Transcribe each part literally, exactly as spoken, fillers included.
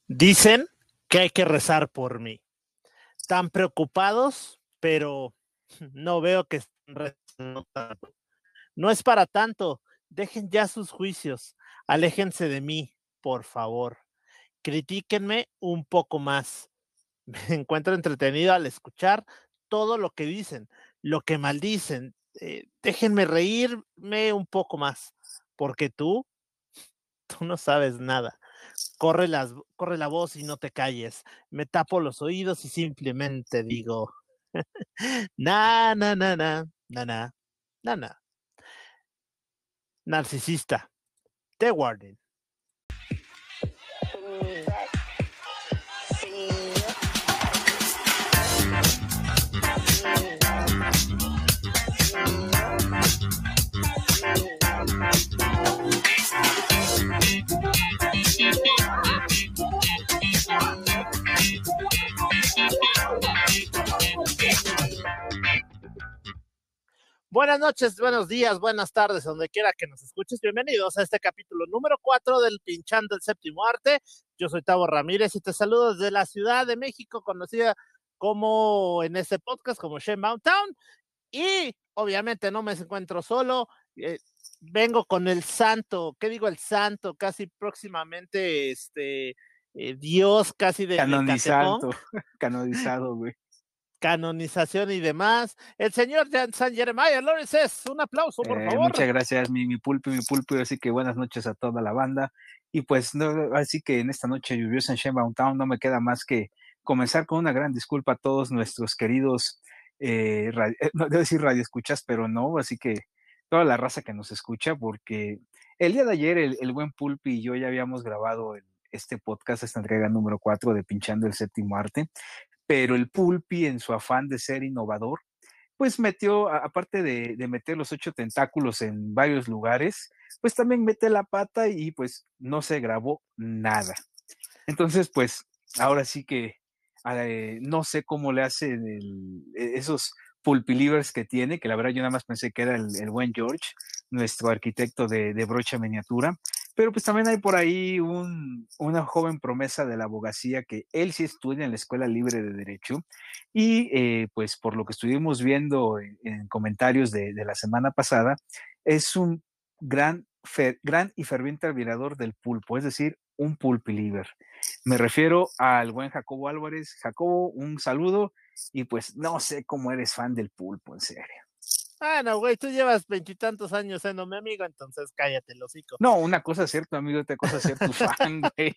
Dicen que hay que rezar por mí. Tan preocupados, pero no veo que estén rezando tanto. No es para tanto. Dejen ya sus juicios. Aléjense de mí, por favor. Critíquenme un poco más. Me encuentro entretenido al escuchar todo lo que dicen, lo que maldicen. Eh, déjenme reírme un poco más, porque tú, tú no sabes nada. Corre, las, corre la voz y no te calles. Me tapo los oídos y simplemente digo, na, na, na, na, na, na, na, na. Narcisista, The Warden. Buenas noches, buenos días, buenas tardes, donde quiera que nos escuches. Bienvenidos a este capítulo número cuatro del Pinchando el Séptimo Arte. Yo soy Tavo Ramírez y te saludo desde la Ciudad de México, conocida como en este podcast como Shenmue Town. Y obviamente no me encuentro solo, eh, vengo con el santo, ¿qué digo el santo? Casi próximamente, este, eh, Dios casi de, de Canonizado, Catepunk. canonizado, güey. Canonización y demás. El señor San Jeremiah Lawrence, un aplauso, por Eh, favor. muchas gracias, mi, mi pulpo, mi pulpo. Así que buenas noches a toda la banda. Y pues, no, así que en esta noche lluviosa en Shenmue Town no me queda más que comenzar con una gran disculpa a todos nuestros queridos, eh, radio, eh, no debo decir radio escuchas, pero no, así que toda la raza que nos escucha, porque el día de ayer el, el buen Pulpi y yo ya habíamos grabado el, este podcast, esta entrega número cuatro de Pinchando el Séptimo Arte, pero el Pulpi en su afán de ser innovador, pues metió, aparte de, de, meter los ocho tentáculos en varios lugares, pues también mete la pata y pues no se grabó nada. Entonces, pues ahora sí que eh, no sé cómo le hacen el, esos pulpilivers que tiene, que la verdad yo nada más pensé que era el, el buen George, nuestro arquitecto de, de brocha miniatura, pero pues también hay por ahí un, una joven promesa de la abogacía que él sí estudia en la Escuela Libre de Derecho y eh, pues por lo que estuvimos viendo en, en comentarios de, de, la semana pasada, es un gran, fer, gran y ferviente admirador del pulpo, es decir, un pulpiliver. Me refiero al buen Jacobo Álvarez. Jacobo, un saludo y pues no sé cómo eres fan del pulpo, en serio. Ah, no, güey, tú llevas veintitantos años siendo mi amigo, entonces cállate el hocico. No, una cosa es ser tu amigo, otra cosa es ser tu fan, güey.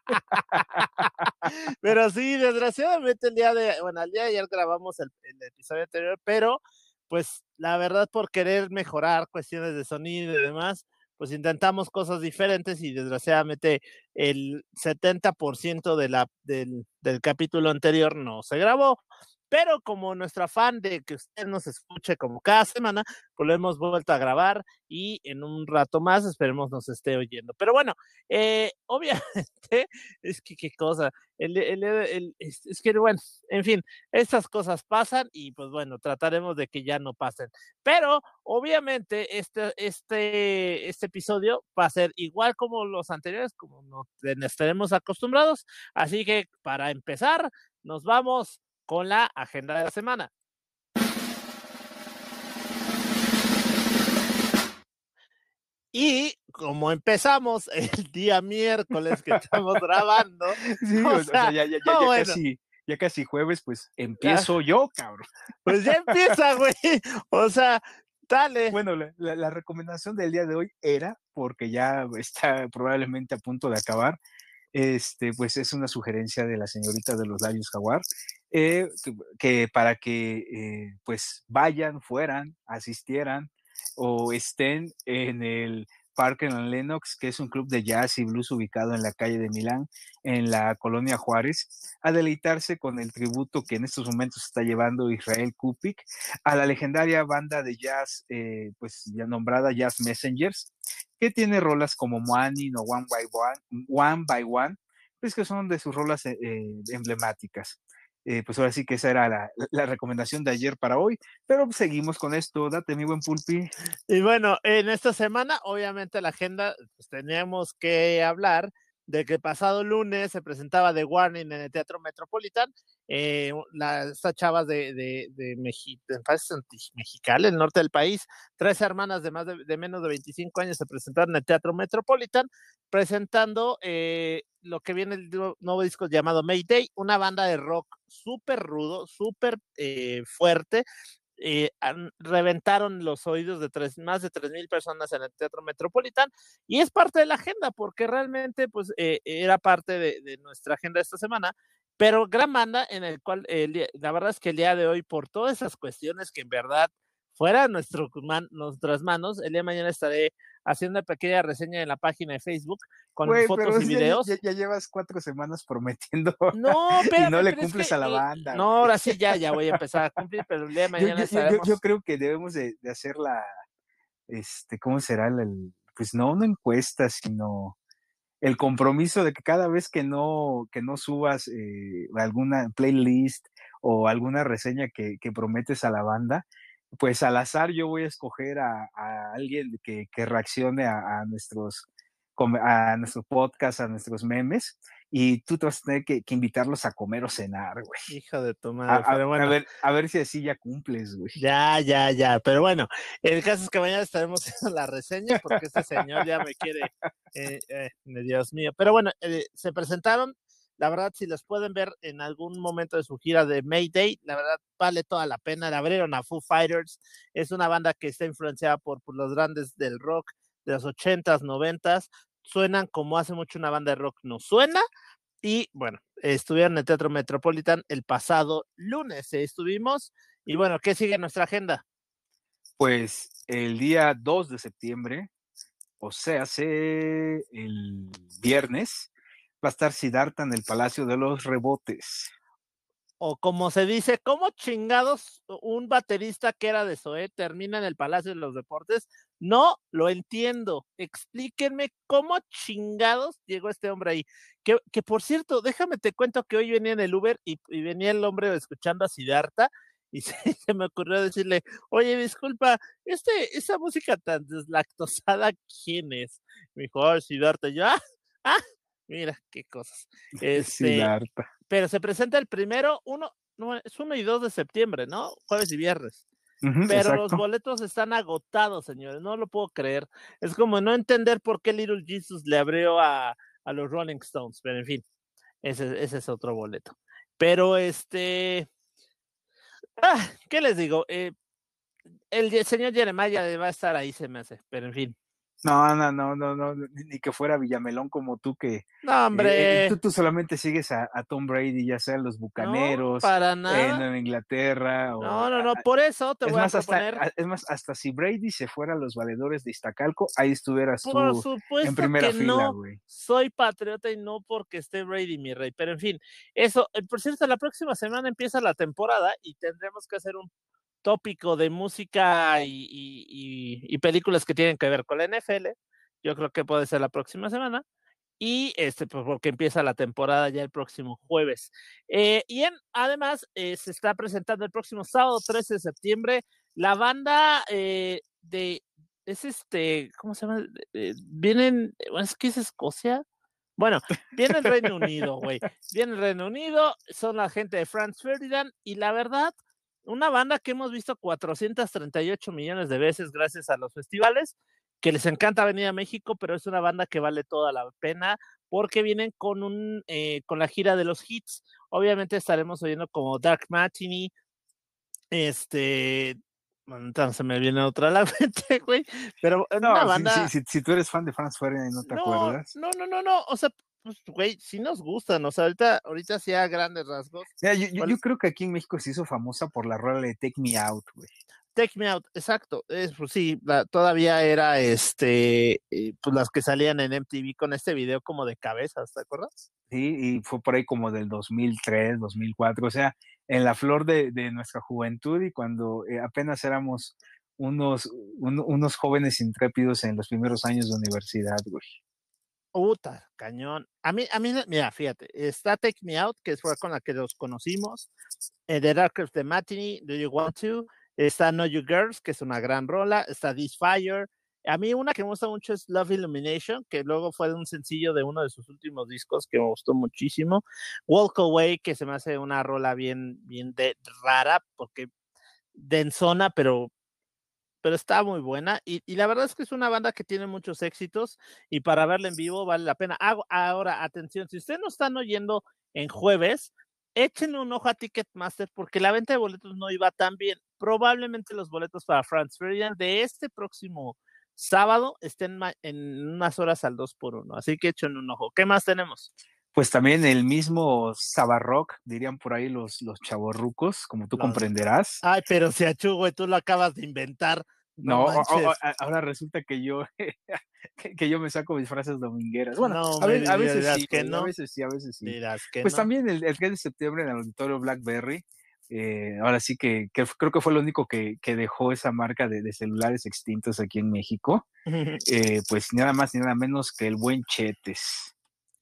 Pero sí, desgraciadamente el día de, bueno, el día de ayer grabamos el, el episodio anterior, pero pues la verdad por querer mejorar cuestiones de sonido y demás, pues intentamos cosas diferentes y desgraciadamente el setenta por ciento de la, del, del capítulo anterior no se grabó. Pero como nuestro afán de que usted nos escuche como cada semana, pues lo hemos vuelto a grabar y en un rato más esperemos nos esté oyendo. Pero bueno, eh, obviamente, es que qué cosa, el, el, el, es, es que bueno, en fin, estas cosas pasan y pues bueno, trataremos de que ya no pasen. Pero obviamente este, este, este episodio va a ser igual como los anteriores, como nos estaremos acostumbrados. Así que para empezar, nos vamos con la agenda de la semana. Y como empezamos el día miércoles que estamos grabando, sí, o, o, sea, o sea, ya, ya, ya, oh, ya bueno. casi, ya casi jueves, pues empiezo ah, yo, cabrón. Pues ya empieza, güey. O sea, dale. Bueno, la, la, la recomendación del día de hoy era, porque ya está probablemente a punto de acabar, este, pues es una sugerencia de la señorita de los labios jaguar, eh, que, que, para que eh, pues vayan, fueran, asistieran o estén en el Parque en Lenox, que es un club de jazz y blues ubicado en la calle de Milán, en la colonia Juárez, a deleitarse con el tributo que en estos momentos está llevando Israel Kupik a la legendaria banda de jazz, eh, pues ya nombrada Jazz Messengers, que tiene rolas como Morning o One by One, One by One, pues que son de sus rolas eh, emblemáticas. Eh, pues ahora sí que esa era la, la, recomendación de ayer para hoy, pero seguimos con esto, date mi buen Pulpi. Y bueno, en esta semana, obviamente la agenda, pues teníamos que hablar de que pasado lunes se presentaba The Warning en el Teatro Metropolitan. Eh, la, estas chavas de, de, de, Mexi, de Mexicali, el norte del país, tres hermanas de, más de, de menos de veinticinco años se presentaron en el Teatro Metropolitan presentando eh, lo que viene el nuevo disco llamado Mayday, una banda de rock súper rudo, súper eh, fuerte. Eh, reventaron los oídos de tres, más de tres mil personas en el Teatro Metropolitan, y es parte de la agenda, porque realmente pues, eh, era parte de, de nuestra agenda esta semana, pero gran banda en el cual, eh, la verdad es que el día de hoy, por todas esas cuestiones que en verdad fuera nuestro, man, nuestras manos, el día de mañana estaré haciendo una pequeña reseña en la página de Facebook con Güey, fotos pero y ya, videos. Ya, ya, llevas cuatro semanas prometiendo no, espérame, y no le pero cumples es que, a la eh, banda. no, güey. ahora sí ya, ya voy a empezar a cumplir, pero el día de yo, mañana yo, estaremos... yo, yo creo que debemos de, de hacer la, este, ¿cómo será? El, el, pues no una encuesta, sino el compromiso de que cada vez que no, que no subas eh, alguna playlist o alguna reseña que, que, prometes a la banda, pues al azar yo voy a escoger a, a alguien que, que reaccione a, a nuestros a nuestro podcast, a nuestros memes, y tú te vas a tener que, que invitarlos a comer o cenar, güey. Hijo de tu madre, A, a, pero bueno. a, ver, a ver si así ya cumples, güey. Ya, ya, ya, pero bueno, el caso es que mañana estaremos haciendo la reseña porque este señor ya me quiere, eh, eh, Dios mío, pero bueno, eh, se presentaron, la verdad, si los pueden ver en algún momento de su gira de Mayday, la verdad, vale toda la pena, le abrieron a Foo Fighters, es una banda que está influenciada por, por los grandes del rock de los ochentas, noventas, suenan como hace mucho una banda de rock no suena. Y bueno, estuvieron en el Teatro Metropolitan el pasado lunes, ¿eh? Estuvimos, y bueno, ¿qué sigue en nuestra agenda? Pues el día dos de septiembre, o sea, hace el viernes, va a estar Siddhartha en el Palacio de los Rebotes. O como se dice, ¿cómo chingados un baterista que era de Zoé termina en el Palacio de los Deportes? No lo entiendo. Explíquenme cómo chingados llegó este hombre ahí. Que, que por cierto, déjame te cuento que hoy venía en el Uber y, y venía el hombre escuchando a Siddhartha y se, se, me ocurrió decirle, oye, disculpa, este, esa música tan deslactosada, ¿quién es? Me dijo, oh, Siddhartha. Y yo, ah, ah, mira qué cosas. Este, Siddhartha. Pero se presenta el primero, uno, no, es uno y dos de septiembre, ¿no? Jueves y viernes. Uh-huh, pero exacto. los boletos están agotados, señores, no lo puedo creer. Es como no entender por qué Little Jesus le abrió a, a los Rolling Stones, pero en fin, ese, ese es otro boleto. Pero este, ah, ¿qué les digo? Eh, el señor Jeremiah va a estar ahí, se me hace, pero en fin. No, no, no, no, no, ni que fuera Villamelón como tú que no, hombre. Eh, tú, tú solamente sigues a, a Tom Brady, ya sea los Bucaneros, no, para nada. en Nueva Inglaterra. O, no, no, no, por eso te es voy más, a proponer. Hasta, es más, hasta si Brady se fuera a los valedores de Iztacalco, ahí estuvieras Por tú en supuesto primera que fila, no. güey. Soy patriota y no porque esté Brady, mi rey. Pero en fin, eso, por cierto, la próxima semana empieza la temporada y tendremos que hacer un tópico de música y, y, y, y películas que tienen que ver con la N F L. Yo creo que puede ser la próxima semana. Y este, pues porque empieza la temporada ya el próximo jueves. Eh, y en, además, eh, se está presentando el próximo sábado, trece de septiembre, la banda eh, de, es este, ¿cómo se llama? Eh, vienen, es que es Escocia. Bueno, viene el Reino Unido, güey. Viene el Reino Unido, son la gente de Franz Ferdinand, y la verdad, una banda que hemos visto cuatrocientos treinta y ocho millones de veces gracias a los festivales, que les encanta venir a México, pero es una banda que vale toda la pena porque vienen con un eh, con la gira de los hits. Obviamente estaremos oyendo como Dark Matinee, este, entonces se me viene otra a la mente, güey, pero no, una si, banda. si, si, si, tú eres fan de Franz Ferdinand y no te No, acuerdas. no, no, no, no, o sea, pues, güey, sí nos gustan, o sea, ahorita, ahorita sí a grandes rasgos. Mira, yo, yo, yo creo que aquí en México se hizo famosa por la rola de Take Me Out, güey. Take Me Out, exacto, es, pues sí, la, todavía era este, eh, pues las que salían en M T V con este video como de cabezas, ¿te acuerdas? Sí, y fue por ahí como del dos mil tres, dos mil cuatro, o sea, en la flor de, de nuestra juventud y cuando eh, apenas éramos unos, un, unos jóvenes intrépidos en los primeros años de universidad, güey. Puta, cañón. A mí, a mí, mira, fíjate, está Take Me Out, que fue con la que los conocimos, eh, The Dark of the Matinee, Do You Want To, está Know You Girls, que es una gran rola, está This Fire, A mí una que me gusta mucho es Love Illumination, que luego fue un sencillo de uno de sus últimos discos que me gustó muchísimo. Walk Away, que se me hace una rola bien, bien de, rara, porque densona, pero pero está muy buena y, y, la verdad es que es una banda que tiene muchos éxitos y para verla en vivo vale la pena. Ah, ahora, atención, si ustedes no están oyendo en jueves, échenle un ojo a Ticketmaster porque la venta de boletos no iba tan bien. Probablemente los boletos para Franz Ferdinand de este próximo sábado estén en unas horas al dos por uno, así que echen un ojo. ¿Qué más tenemos? Pues también el mismo Sabarrock, dirían por ahí los, los chavorrucos, como tú Los... comprenderás. Ay, pero si Achu, güey, tú lo acabas de inventar. No No, o, o, manches. ahora resulta que yo, que, que, yo me saco mis frases domingueras. Bueno, No a, me veces, a veces dirás sí, que güey, a no. veces sí, a veces sí. Dirás que Pues no. también el, el tres de septiembre en el Auditorio Blackberry, eh, ahora sí que, que, creo que fue lo único que, que dejó esa marca de, de celulares extintos aquí en México. Eh, pues nada más ni nada menos que el buen Chetes.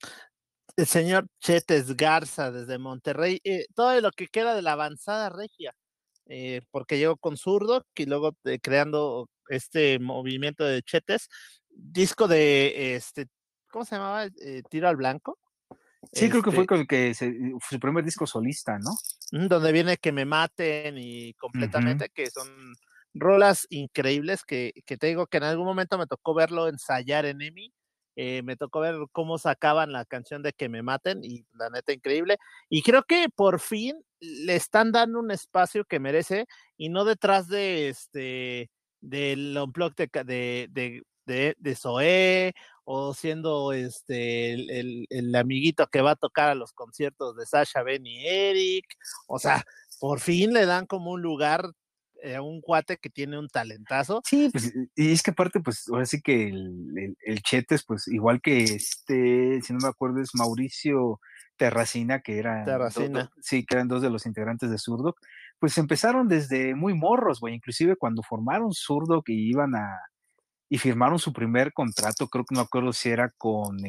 El señor Chetes Garza desde Monterrey, eh, todo lo que queda de la avanzada regia, eh, porque llegó con Zurdo y luego eh, creando este movimiento de Chetes, disco de este, ¿cómo se llamaba? Eh, Tiro al Blanco. Sí, creo que fue Este, con el que se, su primer disco solista, ¿no? donde viene Que me maten y completamente, Uh-huh. que son rolas increíbles que, que te digo que en algún momento me tocó verlo ensayar en EMI. Eh, me tocó ver cómo sacaban la canción de Que me maten y la neta increíble. Y creo que por fin le están dando un espacio que merece y no detrás de este del unplug de, de, de, de, de Zoé o siendo este el, el, el, amiguito que va a tocar a los conciertos de Sasha, Ben y Eric. O sea, por fin le dan como un lugar eh, a un cuate que tiene un talentazo. Sí, pues, y es que aparte, pues, ahora sí que el, el, el Chetes, pues, igual que este, si no me acuerdo, es Mauricio Terracina, que eran, do, do, sí, que eran dos de los integrantes de Zurdo, pues empezaron desde muy morros, güey, inclusive cuando formaron Zurdo que iban a, y firmaron su primer contrato, creo que no me acuerdo si era con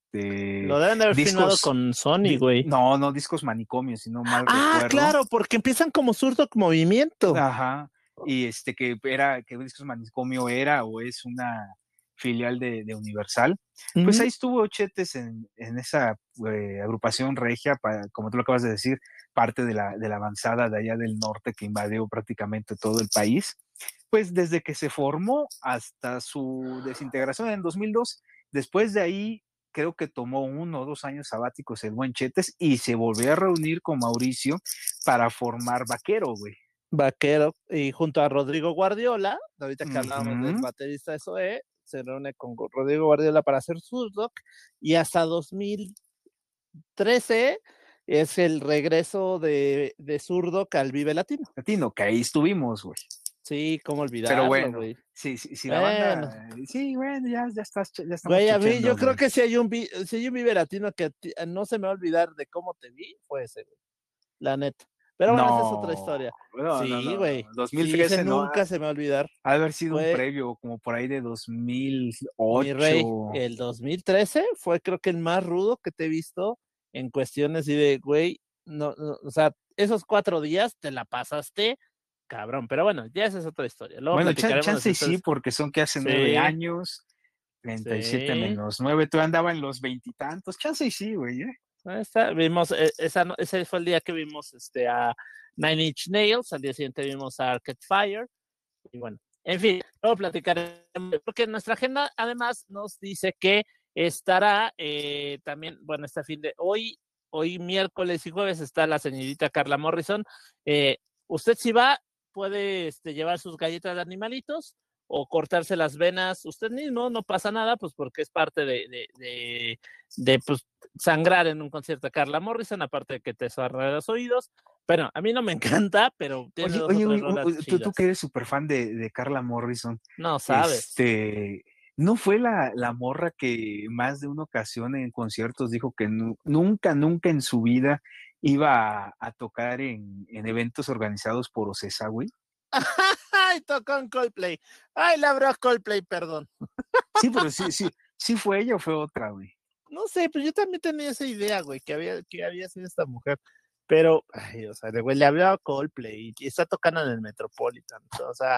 este, Lo deben de haber discos, firmado con Sony, güey. No, no discos Manicomio, si no mal ah, recuerdo. Claro, porque empiezan como Zurdo Movimiento. Ajá, y este que era, que Discos Manicomio era o es una filial de, de Universal, uh-huh. Pues ahí estuvo Chetes en, en esa eh, agrupación regia, para, como tú lo acabas de decir, parte de la, de la avanzada de allá del norte que invadió prácticamente todo el país, pues desde que se formó hasta su desintegración en dos mil dos, después de ahí creo que tomó uno o dos años sabáticos el buen Chetes y se volvió a reunir con Mauricio para formar Vaquero, güey. Vaquero, y junto a Rodrigo Guardiola, ahorita que uh-huh. hablábamos del baterista de Zoé, se reúne con Rodrigo Guardiola para hacer Zurdok, y hasta dos mil trece es el regreso de, de Zurdok al Vive Latino. Latino, que ahí estuvimos, güey. Sí, cómo olvidarlo, pero bueno, güey. Sí, sí, sí, bueno. La banda, sí, bueno, ya, ya estás, ya estamos güey, a mí yo güey. creo que si hay un si hay un Vive Latino que no se me va a olvidar de cómo te vi, fue ese, güey. La neta. Pero bueno, no, esa es otra historia. No, sí, güey. No, no. dos mil trece, sí, ese no, nunca se me va a olvidar. Ha de haber sido fue, un previo, como por ahí de dos mil ocho. Mi rey, el dos mil trece fue creo que el más rudo que te he visto en cuestiones y de, güey, no, no, o sea, esos cuatro días te la pasaste cabrón, pero bueno, ya esa es otra historia. Luego bueno, platicaremos chance y sí, porque son que hace sí. nueve años, treinta y siete sí. menos nueve, tú andabas en los veintitantos, chance y sí, güey, ¿eh? Ahí está, vimos, esa, ese fue el día que vimos este, a Nine Inch Nails, al día siguiente vimos a Arcade Fire, y bueno, en fin, luego platicaremos, porque nuestra agenda además nos dice que estará eh, también, bueno, este fin de hoy, hoy miércoles y jueves está la señorita Carla Morrison. Eh, usted si va, puede este, llevar sus galletas de animalitos o cortarse las venas usted mismo, no pasa nada, pues porque es parte de, de, de, de pues, sangrar en un concierto de Carla Morrison, aparte de que te suarra los oídos. Bueno, a mí no me encanta, pero tiene oye, dos oye, o tres oye, rolas oye tú, chidas. tú que eres súper fan de, de Carla Morrison. No sabes. Este, ¿no fue la, la morra que más de una ocasión en conciertos dijo que nu, nunca, nunca en su vida iba a, a tocar en, en eventos organizados por Ocesa, güey? Ay, tocó en Coldplay. Ay, la abrió Coldplay, perdón. Sí, pero sí, sí, sí fue ella o fue otra, güey. No sé, pero yo también tenía esa idea, güey, que había, que había sido esta mujer. Pero, ay, o sea, de güey, le hablaba a Coldplay y, y está tocando en el Metropolitan. O sea,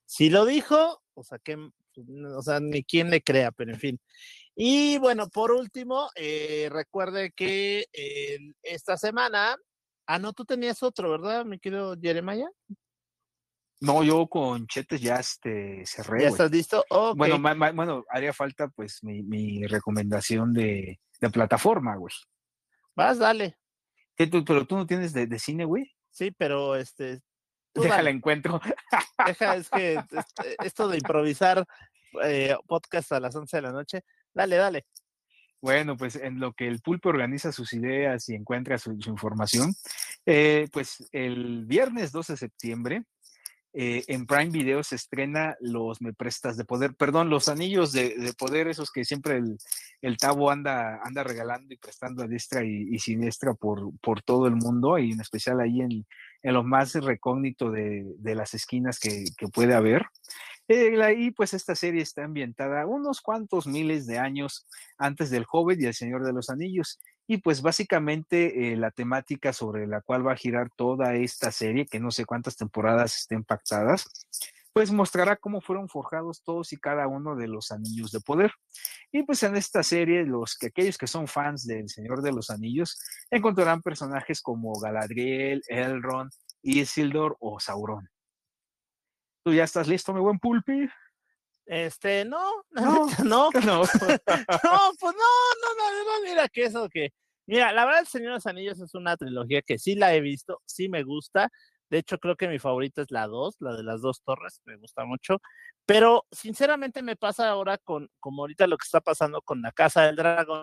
si lo dijo, o sea, que, o sea, ni quien le crea, pero en fin. Y bueno, por último, eh, recuerde que eh, esta semana, ah, no, tú tenías otro, ¿verdad, mi querido Jeremiah? No, yo con Chetes ya este, cerré, ¿Ya güey. estás listo? Ok, Bueno, ma- ma- bueno, haría falta pues mi, mi recomendación de, de plataforma, güey. vas, dale. ¿Qué tú- pero tú no tienes de, de cine, güey? Sí, pero este, tú Déjala dale. encuentro. Deja, es que este, esto de improvisar eh, podcast a las once de la noche, dale, dale. Bueno, pues en lo que el pulpo organiza sus ideas y encuentra su, su información, eh, pues el viernes doce de septiembre eh, en Prime Video se estrena los Me Prestas de Poder, perdón, los anillos de, de poder, esos que siempre el, el Tavo anda, anda regalando y prestando a diestra y, y siniestra por, por todo el mundo, y en especial ahí en, en lo más recógnito de, de las esquinas que, que puede haber. Eh, ahí pues esta serie está ambientada unos cuantos miles de años antes del Hobbit y el Señor de los Anillos. Y pues básicamente eh, la temática sobre la cual va a girar toda esta serie, que no sé cuántas temporadas estén pactadas, pues mostrará cómo fueron forjados todos y cada uno de los anillos de poder. Y pues en esta serie, los que aquellos que son fans del Señor de los Anillos encontrarán personajes como Galadriel, Elrond, Isildur o Sauron. ¿Tú ya estás listo, mi buen Pulpi? Este, no, la No, neta, no. no. No, pues no, no, no, no, mira que eso que. Mira, la verdad, El Señor de los Anillos es una trilogía que sí la he visto, sí me gusta. De hecho, creo que mi favorita es la dos, la de las dos torres, me gusta mucho. Pero sinceramente me pasa ahora con, como ahorita lo que está pasando con La Casa del Dragón,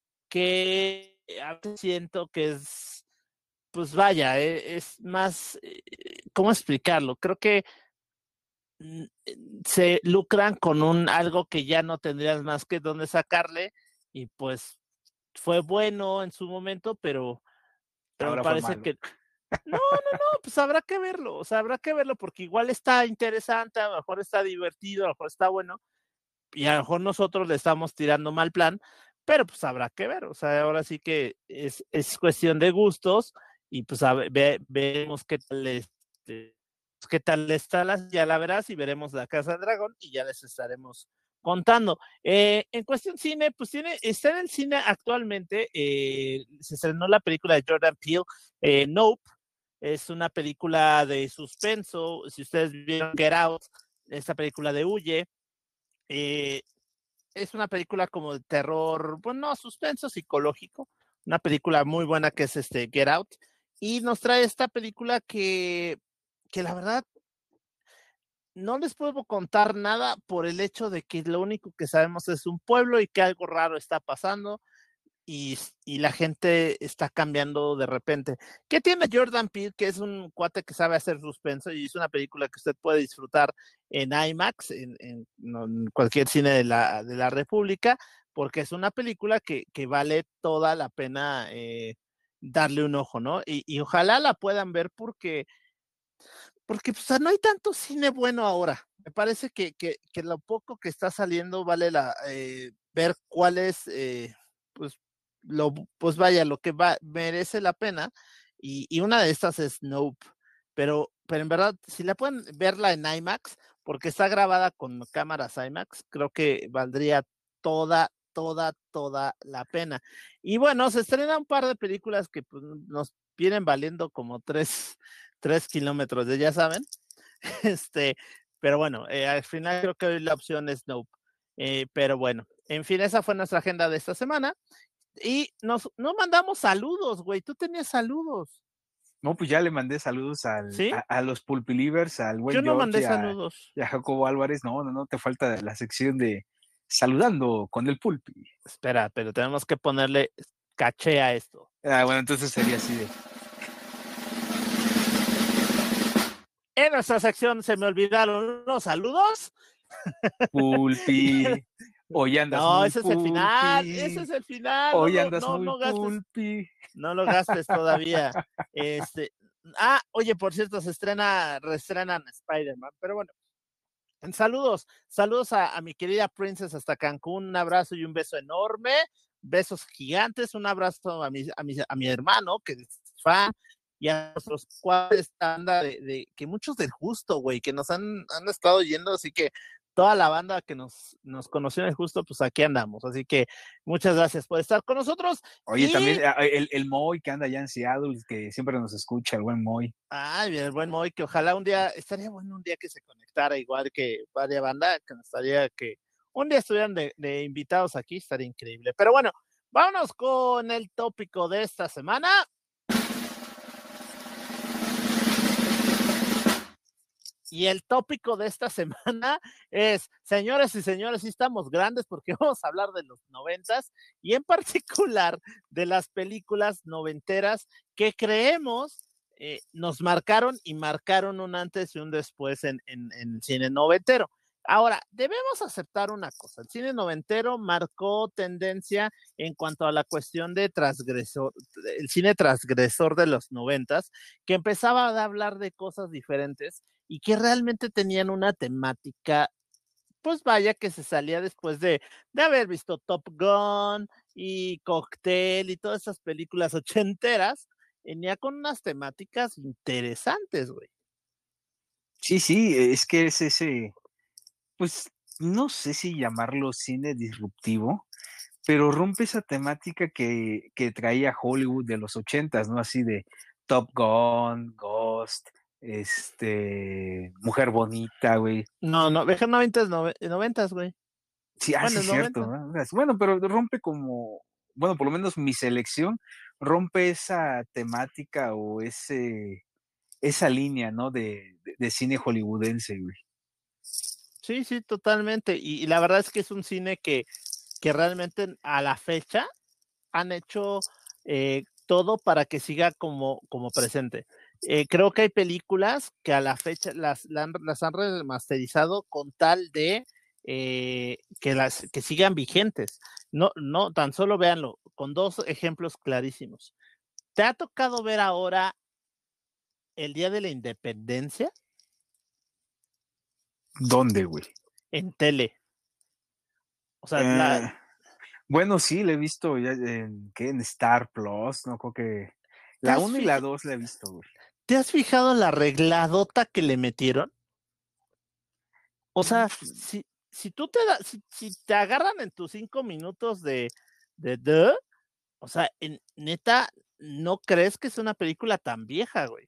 que a veces siento que es, pues vaya, eh, es más, eh, ¿cómo explicarlo? Creo que mm, se lucran con un algo que ya no tendrías más que dónde sacarle y pues fue bueno en su momento, pero, pero me Ahora fue parece malo. que no, no, no, pues habrá que verlo, o sea, habrá que verlo porque igual está interesante, a lo mejor está divertido, a lo mejor está bueno y a lo mejor nosotros le estamos tirando mal plan, pero pues habrá que ver, o sea, ahora sí que es, es cuestión de gustos y pues a, ve, vemos qué tal este, qué tal está, la, ya la verás y veremos La Casa del Dragón y ya les estaremos contando. Eh, en cuestión cine, pues tiene, está en el cine actualmente, eh, se estrenó la película de Jordan Peele, eh, Nope, es una película de suspenso, si ustedes vieron Get Out, esta película de Huye, eh, es una película como de terror, bueno, suspenso psicológico, una película muy buena que es este Get Out, y nos trae esta película que, que la verdad no les puedo contar nada por el hecho de que lo único que sabemos es un pueblo y que algo raro está pasando y, y la gente está cambiando de repente. ¿Qué tiene Jordan Peele, que es un cuate que sabe hacer suspenso y es una película que usted puede disfrutar en IMAX, en, en, en cualquier cine de la, de la República, porque es una película que, que vale toda la pena eh, darle un ojo, ¿no? Y, y ojalá la puedan ver porque porque pues, no hay tanto cine bueno ahora. Me parece que, que, que lo poco que está saliendo vale la eh, ver cuál es, eh, pues, lo, pues vaya, lo que va, merece la pena. Y, y una de estas es Nope. Pero, pero en verdad, si la pueden verla en IMAX, porque está grabada con cámaras IMAX, creo que valdría toda, toda, toda la pena. Y bueno, se estrena un par de películas que pues, nos vienen valiendo como tres, tres kilómetros de, ya saben. Este, pero bueno, eh, al final creo que hoy la opción es Nope. Eh, pero bueno, en fin, esa fue nuestra agenda de esta semana. Y nos, no mandamos saludos, güey. Tú tenías saludos, No, pues ya le mandé saludos al, ¿sí? a, a los Pulpilivers, al Yo buen no mandé George y a, saludos. y a Jacobo Álvarez. No, no, no, te falta la sección de saludando con el Pulpi. Espera, pero tenemos que ponerle caché a esto. Ah, bueno, entonces sería así de En nuestra sección se me olvidaron los saludos. Pulpi. Hoy andas No, muy ese es el final, ese Pulpi. es el final. No Hoy lo, andas no, muy no gastes, Pulpi. no lo gastes todavía. Este, ah, oye, por cierto, se estrena, reestrenan Spider-Man, pero bueno, en saludos, saludos a, a mi querida Princess hasta Cancún, un abrazo y un beso enorme, besos gigantes, un abrazo a mi, a mi, a mi hermano, que es fan, y a nuestros cuadros esta banda de, de, que muchos del Justo, güey, que nos han, han estado yendo, así que toda la banda que nos, nos conoció en el Justo, pues aquí andamos, así que muchas gracias por estar con nosotros. Oye, también Y ah, el, el Moy que anda allá en Seattle, que siempre nos escucha, el buen Moy. Ay, el buen Moy, que ojalá un día, estaría bueno un día que se conectara igual que varias bandas, que nos estaría que un día estuvieran de, de invitados aquí, estaría increíble. Pero bueno, vámonos con el tópico de esta semana. Y el tópico de esta semana es, señores y señores, sí estamos grandes porque vamos a hablar de los noventas y en particular de las películas noventeras que creemos eh, nos marcaron y marcaron un antes y un después en, en, en el cine noventero. Ahora, debemos aceptar una cosa, el cine noventero marcó tendencia en cuanto a la cuestión de transgresor, el cine transgresor de los noventas, que empezaba a hablar de cosas diferentes y que realmente tenían una temática, pues vaya que se salía después de, de haber visto Top Gun y Cocktail y todas esas películas ochenteras, venía con unas temáticas interesantes, güey. Sí, sí, es que es ese, pues no sé si llamarlo cine disruptivo, pero rompe esa temática que, que traía Hollywood de los ochentas, ¿no? Así de Top Gun, Ghost, este, Mujer Bonita, güey. No, no, deja noventas, noventas, güey. Sí, ah, sí, Bueno, cierto, noventa. ¿no? Bueno, pero rompe como, bueno, por lo menos mi selección rompe esa temática o ese, esa línea, ¿no? De, de, de cine hollywoodense, güey. Sí, sí, totalmente. Y, y la verdad es que es un cine que, que realmente a la fecha han hecho eh, todo para que siga como, como presente. Eh, creo que hay películas que a la fecha las, las, las han remasterizado con tal de eh, que, las, que sigan vigentes. No, no, tan solo véanlo, con dos ejemplos clarísimos. ¿Te ha tocado ver ahora el Día de la Independencia ¿Dónde, güey? en tele? O sea, la, Eh, bueno, sí, la he visto ya en, ¿qué? En Star Plus, no creo que ¿te la has, uno y la fij dos la he visto, güey. ¿te has fijado la arregladota que le metieron? O sea, si, si tú te da, si, si te agarran en tus cinco minutos de, de, de o sea, en, neta, ¿no crees que es una película tan vieja, güey?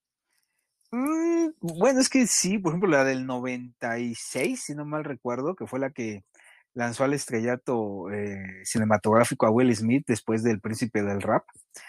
Mm, bueno, es que sí, por ejemplo, la del noventa y seis, si no mal recuerdo, que fue la que lanzó al estrellato eh, cinematográfico a Will Smith después del Príncipe del Rap.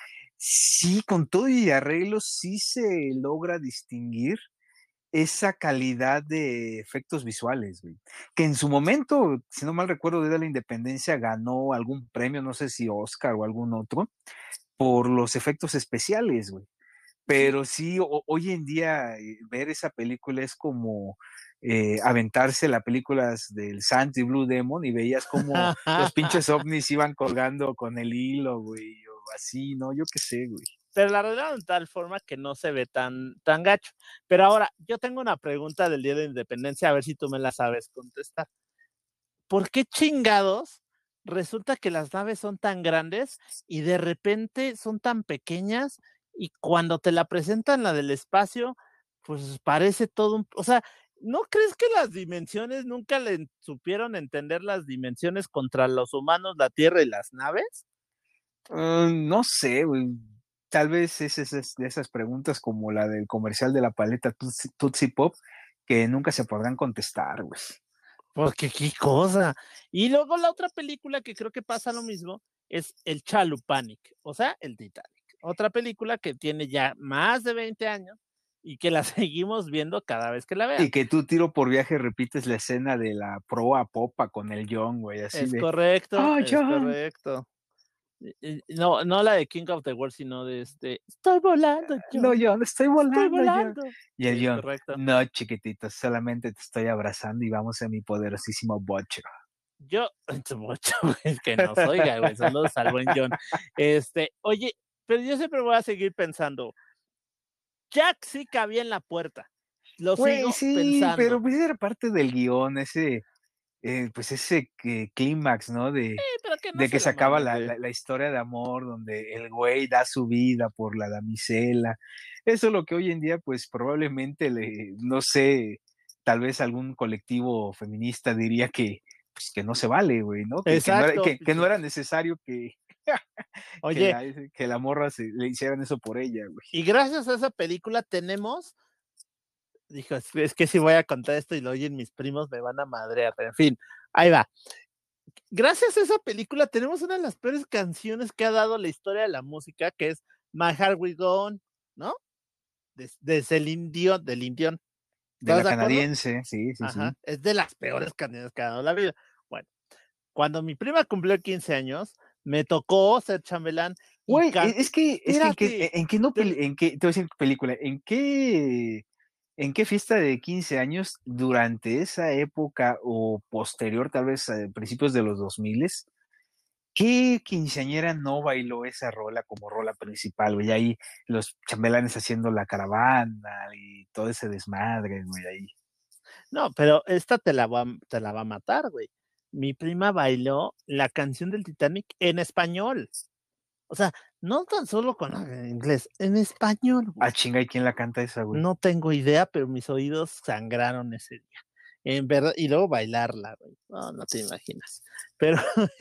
Sí, con todo y arreglos, sí se logra distinguir esa calidad de efectos visuales, güey. Que en su momento, si no mal recuerdo, de la Independencia ganó algún premio, no sé si Oscar o algún otro, por los efectos especiales, güey. Sí. Pero sí, o- hoy en día eh, ver esa película es como eh, aventarse las películas del Santi Blue Demon y veías como los pinches ovnis iban colgando con el hilo, güey, o así, ¿no? Yo qué sé, güey. Pero la arreglaron de tal forma que no se ve tan, tan gacho. Pero ahora, yo tengo una pregunta del Día de la Independencia, a ver si tú me la sabes contestar. ¿Por qué chingados resulta que las naves son tan grandes y de repente son tan pequeñas y cuando te la presentan la del espacio, pues parece todo un, o sea, ¿no crees que las dimensiones nunca le supieron entender las dimensiones contra los humanos, la Tierra y las naves? Ah, no sé, güey. Tal vez es esas, de esas preguntas como la del comercial de la paleta Tootsie, Tootsie Pop que nunca se podrán contestar, güey. Porque qué cosa. Y luego la otra película que creo que pasa lo mismo es el Chalupanic, o sea, el Titanic. Otra película que tiene ya más de veinte años y que la seguimos viendo cada vez que la Y vean. que tú tiro por viaje repites la escena de la proa a popa con el John, güey, así Es de, correcto, oh, es John. correcto. Y- y no, no la de King of the World, sino de este, estoy volando, No, John, John, estoy estoy volando, John. volando. Y Sí, el es John, correcto. no, chiquitito, solamente te estoy abrazando y vamos a mi poderosísimo bocho. Yo, mucho, güey, que nos oiga, güey, saludos al buen John. Este, oye, pero yo siempre voy a seguir pensando, Jack sí cabía en la puerta. Lo Güey, sigo sí, pero pensando. pues era parte del guión, ese, eh, pues ese que clímax, ¿no? Sí, De, pero que no de se que se la acaba mamen, la, güey. la, la historia de amor, donde el güey da su vida por la damisela. Eso es lo que hoy en día, pues probablemente, le, no sé, tal vez algún colectivo feminista diría que, pues, que no se vale, güey, ¿no? Que, que, no era, Exacto, que, que no pinches. era necesario que, que, Oye, la, que la morra se, le hicieran eso por ella, güey. y gracias a esa película tenemos, dijo, es, es que si voy a contar esto y lo oyen mis primos me van a madrear, pero en fin, ahí va. Gracias a esa película tenemos una de las peores canciones que ha dado la historia de la música, que es My Heart Will Go On, ¿no? De, de Celine Dion, del Indión. De ¿Estás la de acuerdo? canadiense, sí, sí, Ajá, sí. es de las peores canciones que ha dado la vida. Bueno, cuando mi prima cumplió quince años, me tocó ser chambelán y Güey, e can... es que es que en qué Espérate, en qué no te- peli en qué te voy a decir película, en qué en qué fiesta de quince años durante esa época o posterior, tal vez a principios de los dos miles, qué quinceañera no bailó esa rola como rola principal, güey, ahí los chambelanes haciendo la caravana y todo ese desmadre, güey, ahí. no, pero esta te la va, te la va a matar, güey. Mi prima bailó la canción del Titanic en español. O sea, no tan solo con en inglés, en español, Ah, güey. chinga, ¿y quién la canta esa, güey? No tengo idea, pero mis oídos sangraron ese día. En verdad, y luego bailarla, güey. No, no te imaginas. Pero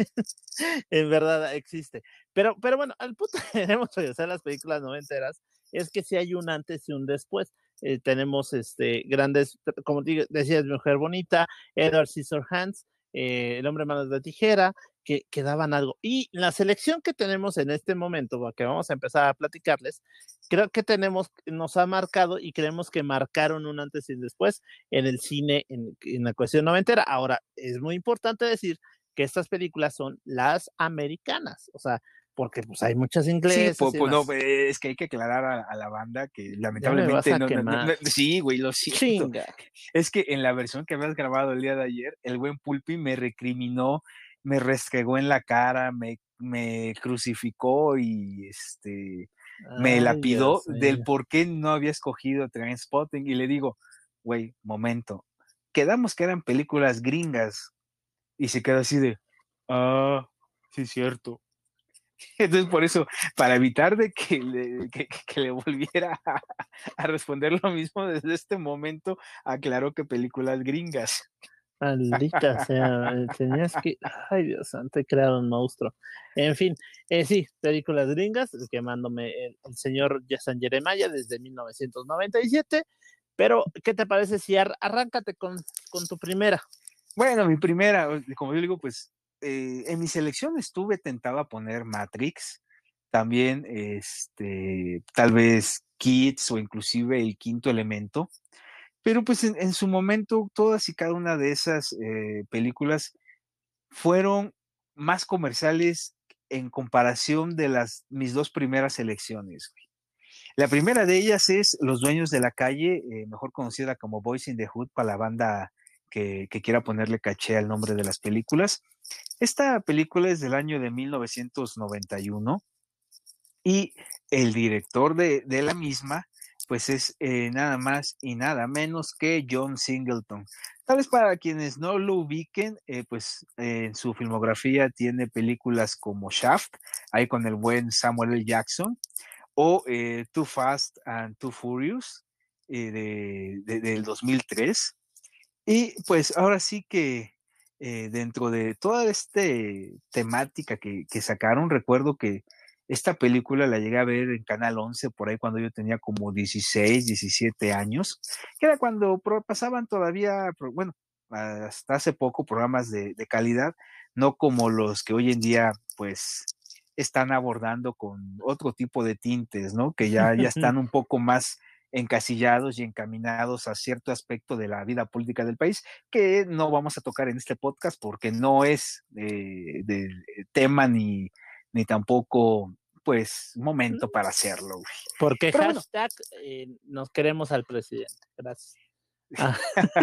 en verdad existe. Pero, pero bueno, al punto que queremos regresar a las películas noventeras es que sí hay un antes y un después. Eh, tenemos este grandes, como te decías, Mujer Bonita, Edward Scissorhands, eh, El hombre manos de tijera, que, que daban algo. Y la selección que tenemos en este momento, que vamos a empezar a platicarles, creo que tenemos, nos ha marcado y creemos que marcaron un antes y un después en el cine, en, en la cuestión noventera. Ahora, es muy importante decir que estas películas son las americanas, o sea, porque pues hay muchas Sí, inglesas pues, y pues no, demás. es que hay que aclarar a, a la banda que Ya me vas lamentablemente a no, no, no, quemar. no- sí, güey, lo siento. Chinga. Es que en la versión que habías grabado el día de ayer, el buen Pulpi me recriminó, me restregó en la cara, me, me crucificó y este me Ay, lapidó Dios del mío. por qué no había escogido Trainspotting y le digo, güey, momento, quedamos que eran películas gringas y se quedó así de, ah, sí, cierto. Entonces, por eso, para evitar de que le, que, que le volviera a, a, responder lo mismo desde este momento, aclaró que películas gringas. Maldita sea, eh, tenías que, ay Dios santo, he creado un monstruo. En fin, eh, sí, películas gringas, quemándome el, el señor Jason Jeremiah desde mil novecientos noventa y siete, pero ¿qué te parece si ar arráncate con, con tu primera? Bueno, mi primera, como yo digo, pues eh, en mi selección estuve tentado a poner Matrix, también este, tal vez Kids o inclusive El Quinto Elemento, pero pues en, en su momento todas y cada una de esas eh, películas fueron más comerciales en comparación de las mis dos primeras selecciones. La primera de ellas es Los Dueños de la Calle, eh, mejor conocida como Boys in the Hood para la banda que, que, quiera ponerle caché al nombre de las películas. Esta película es del año de mil novecientos noventa y uno y el director de, de la misma pues es eh, nada más y nada menos que John Singleton. Tal vez para quienes no lo ubiquen, eh, pues eh, en su filmografía tiene películas como Shaft, ahí con el buen Samuel L. Jackson, o eh, Too Fast and Too Furious eh, de, de, del dos mil tres. Y pues ahora sí que eh, dentro de toda esta temática que, que, sacaron, recuerdo que esta película la llegué a ver en Canal once por ahí cuando yo tenía como dieciséis, diecisiete años, que era cuando pasaban todavía, bueno, hasta hace poco programas de, de calidad, no como los que hoy en día pues están abordando con otro tipo de tintes, ¿no? Que ya, ya están un poco más encasillados y encaminados a cierto aspecto de la vida política del país que no vamos a tocar en este podcast porque no es eh, de tema ni, ni tampoco pues momento para hacerlo. Güey. Porque Pero bueno. hashtag eh, nos queremos al presidente. Gracias. Ah.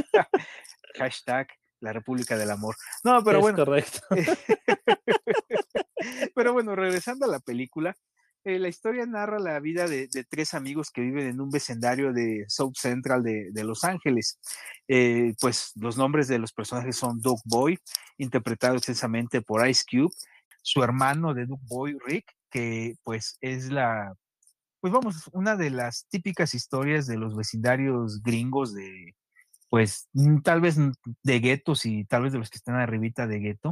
Hashtag la República del Amor. No, pero Es bueno. correcto. Pero bueno, regresando a la película, Eh, la historia narra la vida de, de tres amigos que viven en un vecindario de South Central de, de Los Ángeles. Eh, pues los nombres de los personajes son Doug Boy, interpretado extensamente por Ice Cube, su hermano de Doug Boy, Rick, que pues es la, pues vamos, una de las típicas historias de los vecindarios gringos de, pues mm, tal vez mm, de guetos y tal vez de los que están arribita de gueto,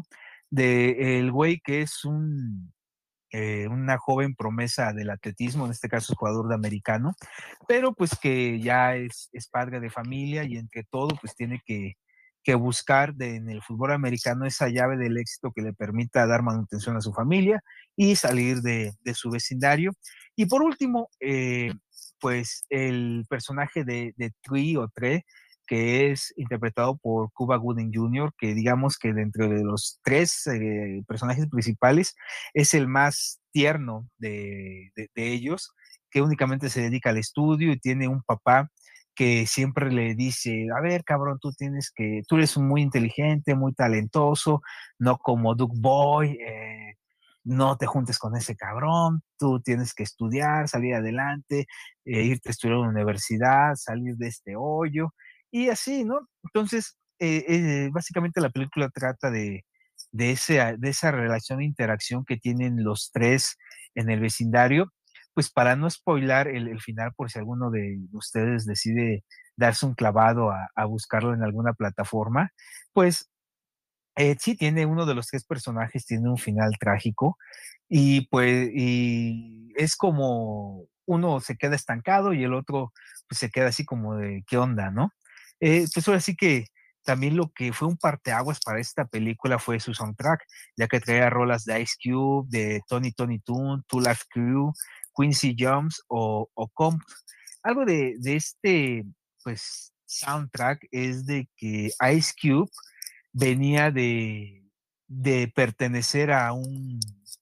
de el güey que es un eh, una joven promesa del atletismo, en este caso es jugador de americano, pero pues que ya es, es padre de familia y entre todo pues tiene que, que buscar de, en el fútbol americano esa llave del éxito que le permita dar manutención a su familia y salir de, de su vecindario. Y por último, eh, pues el personaje de, de Tree o Tre, que es interpretado por Cuba Gooding junior, que digamos que dentro de los tres eh, personajes principales es el más tierno de, de, de ellos, que únicamente se dedica al estudio y tiene un papá que siempre le dice, a ver, cabrón, tú tienes que, tú eres muy inteligente, muy talentoso, no como Duke Boy, eh, no te juntes con ese cabrón, tú tienes que estudiar, salir adelante, eh, irte a estudiar a una universidad, salir de este hoyo, y así, ¿no? Entonces, eh, eh, básicamente la película trata de, de, ese, de esa relación e interacción que tienen los tres en el vecindario, pues para no spoilar el, el final por si alguno de ustedes decide darse un clavado a, a buscarlo en alguna plataforma, pues eh, sí, tiene uno de los tres personajes, tiene un final trágico y pues y es como uno se queda estancado y el otro pues se queda así como de qué onda, ¿no? Eh, pues ahora sí que también lo que fue un parteaguas para esta película fue su soundtrack, ya que traía rolas de Ice Cube, de Tony Tony Toon, Two Life Crew, Quincy Jones o, o Comp. Algo de, de este pues soundtrack es de que Ice Cube venía de, de pertenecer a un,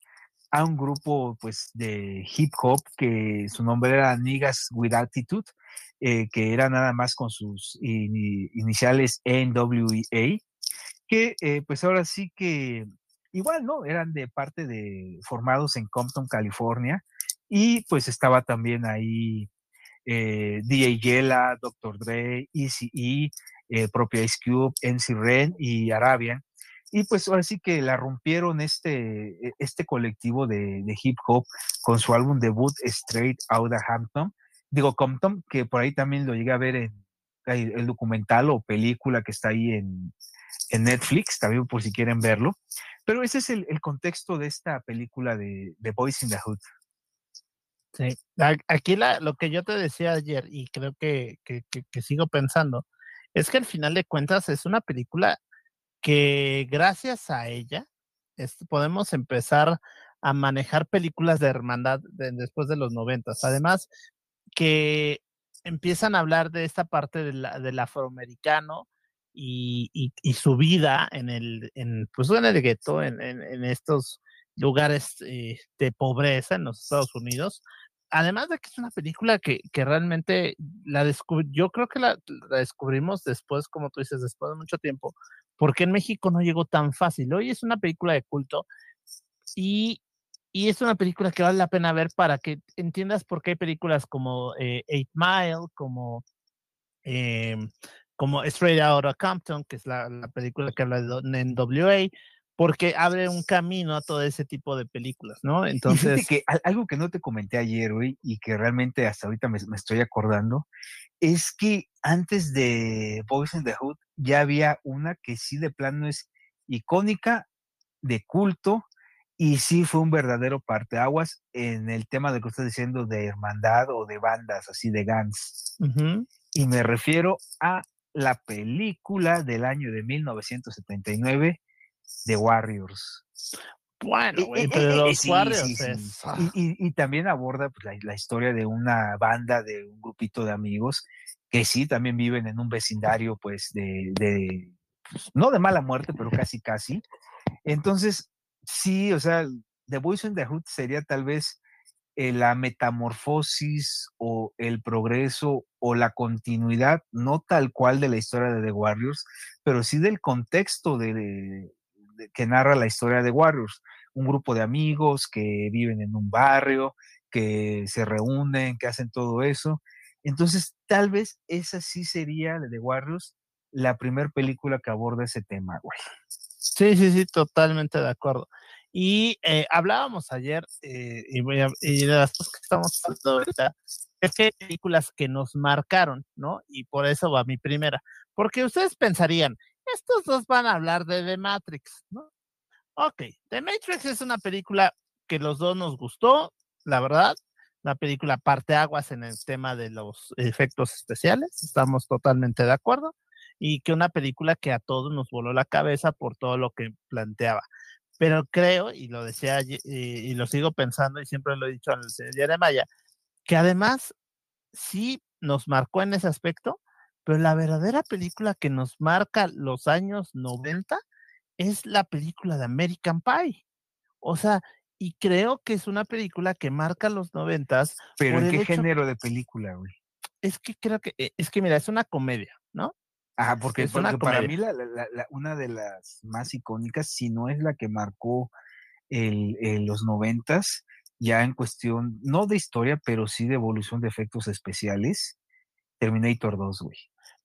a un grupo pues de hip hop que su nombre era Niggas with Attitude, eh, que era nada más con sus in, iniciales N W A, que eh, pues ahora sí que igual, ¿no? Eran de parte de, formados en Compton, California, y pues estaba también ahí eh, D J Yella, doctor Dre, Eazy-E, eh, propio Ice Cube, M C Ren y Arabian. Y pues ahora sí que la rompieron este, e, este colectivo de, de hip hop con su álbum debut Straight Outta Hampton. Digo, Compton, que por ahí también lo llegué a ver en el, el documental o película que está ahí en, en Netflix, también por si quieren verlo. Pero ese es el, el contexto de esta película de, de Boys in the Hood. Sí, a- aquí la, lo que yo te decía ayer y creo que, que, que, que sigo pensando, es que al final de cuentas es una película que gracias a ella es- podemos empezar a manejar películas de hermandad de- después de los noventas. Además, que empiezan a hablar de esta parte de la- del afroamericano y, y- y su vida en el, en, pues en el gueto, en, en- en estos lugares eh, de pobreza en los Estados Unidos. Además de que es una película que, que realmente la descubrí, yo creo que la, la descubrimos después, como tú dices, después de mucho tiempo, porque en México no llegó tan fácil. Hoy es una película de culto y, y es una película que vale la pena ver para que entiendas por qué hay películas como eh, Eight Mile, como, eh, como Straight Outta Compton, que es la, la película que habla de N W A, porque abre un camino a todo ese tipo de películas, ¿no? Y fíjate Entonces, que algo que no te comenté ayer, güey, y que realmente hasta ahorita me, me estoy acordando, es que antes de Boys in the Hood ya había una que sí de plano es icónica, de culto, y sí fue un verdadero parteaguas en el tema de que estás diciendo de hermandad o de bandas, así de gangs. ujú. Y me refiero a la película del año de mil novecientos setenta y nueve, The Warriors. Bueno, Eh, güey, eh, pero eh, eh, los sí, sí, Warriors sí. es... Y, ah, y- y también aborda pues, la, la historia de una banda, de un grupito de amigos que sí también viven en un vecindario, pues, de, de pues, no de mala muerte, pero casi, casi. Entonces, sí, o sea, The Boys in the Hood sería tal vez eh, la metamorfosis o el progreso o la continuidad, no tal cual de la historia de The Warriors, pero sí del contexto de, de- de- que narra la historia de Warriors. Un grupo de amigos que viven en un barrio, que se reúnen, que hacen todo eso. Entonces, tal vez esa sí sería, la de Warriors, la primer película que aborda ese tema, güey. Sí, sí, sí, totalmente de acuerdo. Y eh, hablábamos ayer, eh, y, voy a, y de las cosas que estamos hablando ahorita, es que hay películas que nos marcaron, ¿no? Y por eso va mi primera. Porque ustedes pensarían, estos dos van a hablar de The Matrix, ¿no? Ok, The Matrix es una película que los dos nos gustó, la verdad. La película parteaguas en el tema de los efectos especiales, estamos totalmente de acuerdo. Y que una película que a todos nos voló la cabeza por todo lo que planteaba. Pero creo, y lo decía y, y lo sigo pensando, y siempre lo he dicho en el señor Jeremiah, que además sí nos marcó en ese aspecto, pero la verdadera película que nos marca los años noventa es la película de American Pie. O sea, y creo que es una película que marca los noventas Pero por ¿en el qué hecho, género de película, güey? es que creo que, eh, es que mira, es una comedia, ¿no? Ajá, porque, Es una porque para comedia. mí la, la, la, la, una de las más icónicas, si no es la que marcó el, el, los noventas, ya en cuestión, no de historia, pero sí de evolución de efectos especiales, Terminator dos, güey.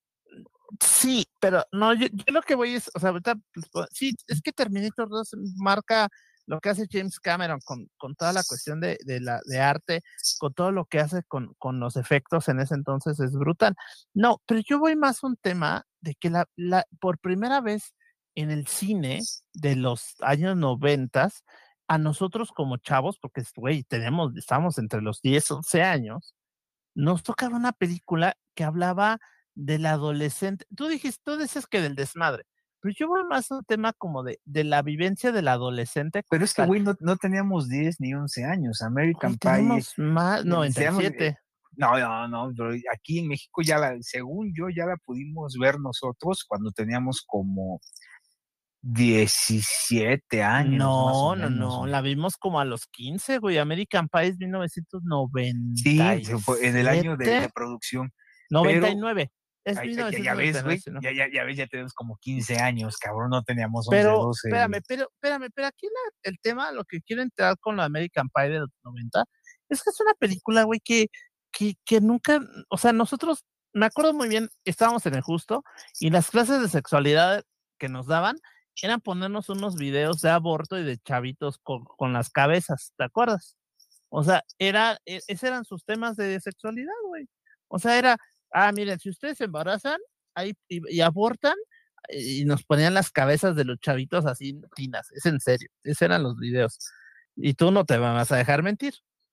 Sí, pero no, yo, yo lo que voy es, o sea, ahorita, pues, sí, es que Terminator dos marca lo que hace James Cameron con, con toda la cuestión de, de, la, de arte, con todo lo que hace con, con los efectos en ese entonces es brutal. No, pero yo voy más a un tema de que la, la, por primera vez en el cine de los años noventas, a nosotros como chavos, porque, güey, tenemos, estamos entre los diez, once años, nos tocaba una película que hablaba del adolescente. Tú dijiste, tú dices que del desmadre, pero yo voy más a un tema como de, de la vivencia del adolescente Pero como es que, tal. güey, no, no teníamos diez ni once años. Güey, American Pie, tenemos más, eh, noventa y teníamos, eh, siete. no, no, no, pero aquí en México ya la, según yo, ya la pudimos ver nosotros cuando teníamos como diecisiete años, más o No, no, menos, no, güey. la vimos como a los quince, güey. American Pie es mil novecientos noventa Sí, y se fue en el año de, de siete, producción, noventa y pero nueve. Es ay, ay, ya, ya ves, mil novecientos noventa y nueve, güey, si no. ya, ya, ya ves, ya tenemos como quince años, cabrón, no teníamos once, Pero, doce, espérame, güey. pero, espérame, pero aquí la- el tema, lo que quiero entrar con la American Pie de los noventa, es que es una película, güey, que, que, que nunca, o sea, nosotros, me acuerdo muy bien, estábamos en el justo, y las clases de sexualidad que nos daban eran ponernos unos videos de aborto y de chavitos con, con las cabezas, ¿te acuerdas? O sea, era, e- esos eran sus temas de sexualidad, güey. O sea, era, ah, miren, si ustedes se embarazan ahí, y, y abortan, y nos ponían las cabezas de los chavitos así finas, es en serio, esos eran los videos. Y tú no te vas a dejar mentir.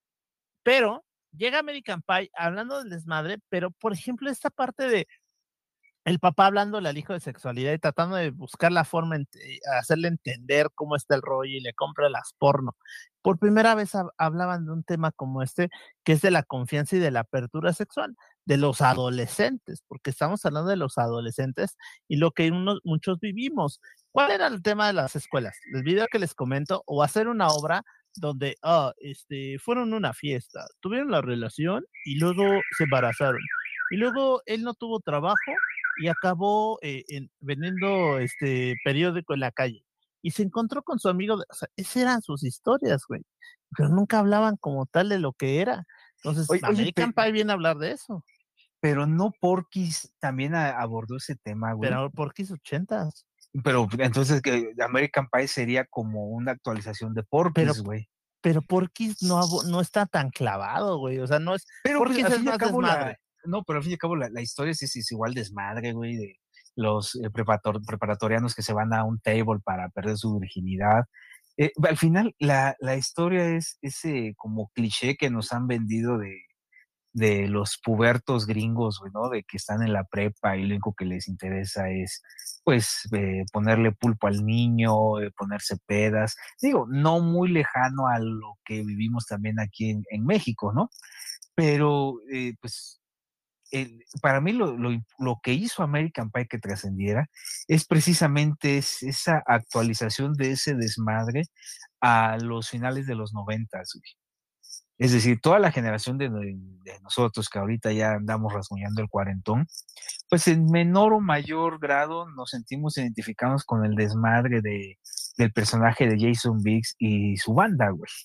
Pero llega American Pie hablando del desmadre, pero por ejemplo, esta parte de el papá hablándole al hijo de sexualidad y tratando de buscar la forma, en, eh, hacerle entender cómo está el rollo y le compra las porno. Por primera vez hab- hablaban de un tema como este, que es de la confianza y de la apertura sexual, de los adolescentes, porque estamos hablando de los adolescentes y lo que unos, muchos vivimos. ¿Cuál era el tema de las escuelas? El video que les comento, o hacer una obra donde ah, este, fueron a una fiesta, tuvieron la relación y luego se embarazaron. Y luego él no tuvo trabajo y acabó eh, en, vendiendo este periódico en la calle. Y se encontró con su amigo, de, o sea, esas eran sus historias, güey. Pero nunca hablaban como tal de lo que era. Entonces, Oye, oye, American pe- Pie viene a hablar de eso, pero no Porky's también a- abordó ese tema, güey. pero ¿por qué es ochentas? Pero entonces que American Pie sería como una actualización de Pero, Porky's, güey. pero Porky's no, no está tan clavado, güey. O sea, no es, Pero pues Porky's al es fin y al más cabo la, desmadre. no, pero al fin y al cabo la, la historia sí es, es igual desmadre, güey, de los eh, preparator- preparatorianos que se van a un table para perder su virginidad. Eh, al final la, la historia es ese como cliché que nos han vendido de, de los pubertos gringos, güey, ¿no? De que están en la prepa y lo único que les interesa es, pues, eh, ponerle pulpo al niño, eh, ponerse pedas. Digo, no muy lejano a lo que vivimos también aquí en, en México, ¿no? Pero, eh, pues, el- para mí lo, lo- lo que hizo American Pie que trascendiera es precisamente es- esa actualización de ese desmadre a los finales de los noventas, güey. Es decir, toda la generación de, de nosotros que ahorita ya andamos rasguñando el cuarentón, pues en menor o mayor grado nos sentimos identificados con el desmadre de, del personaje de Jason Biggs y su banda, güey.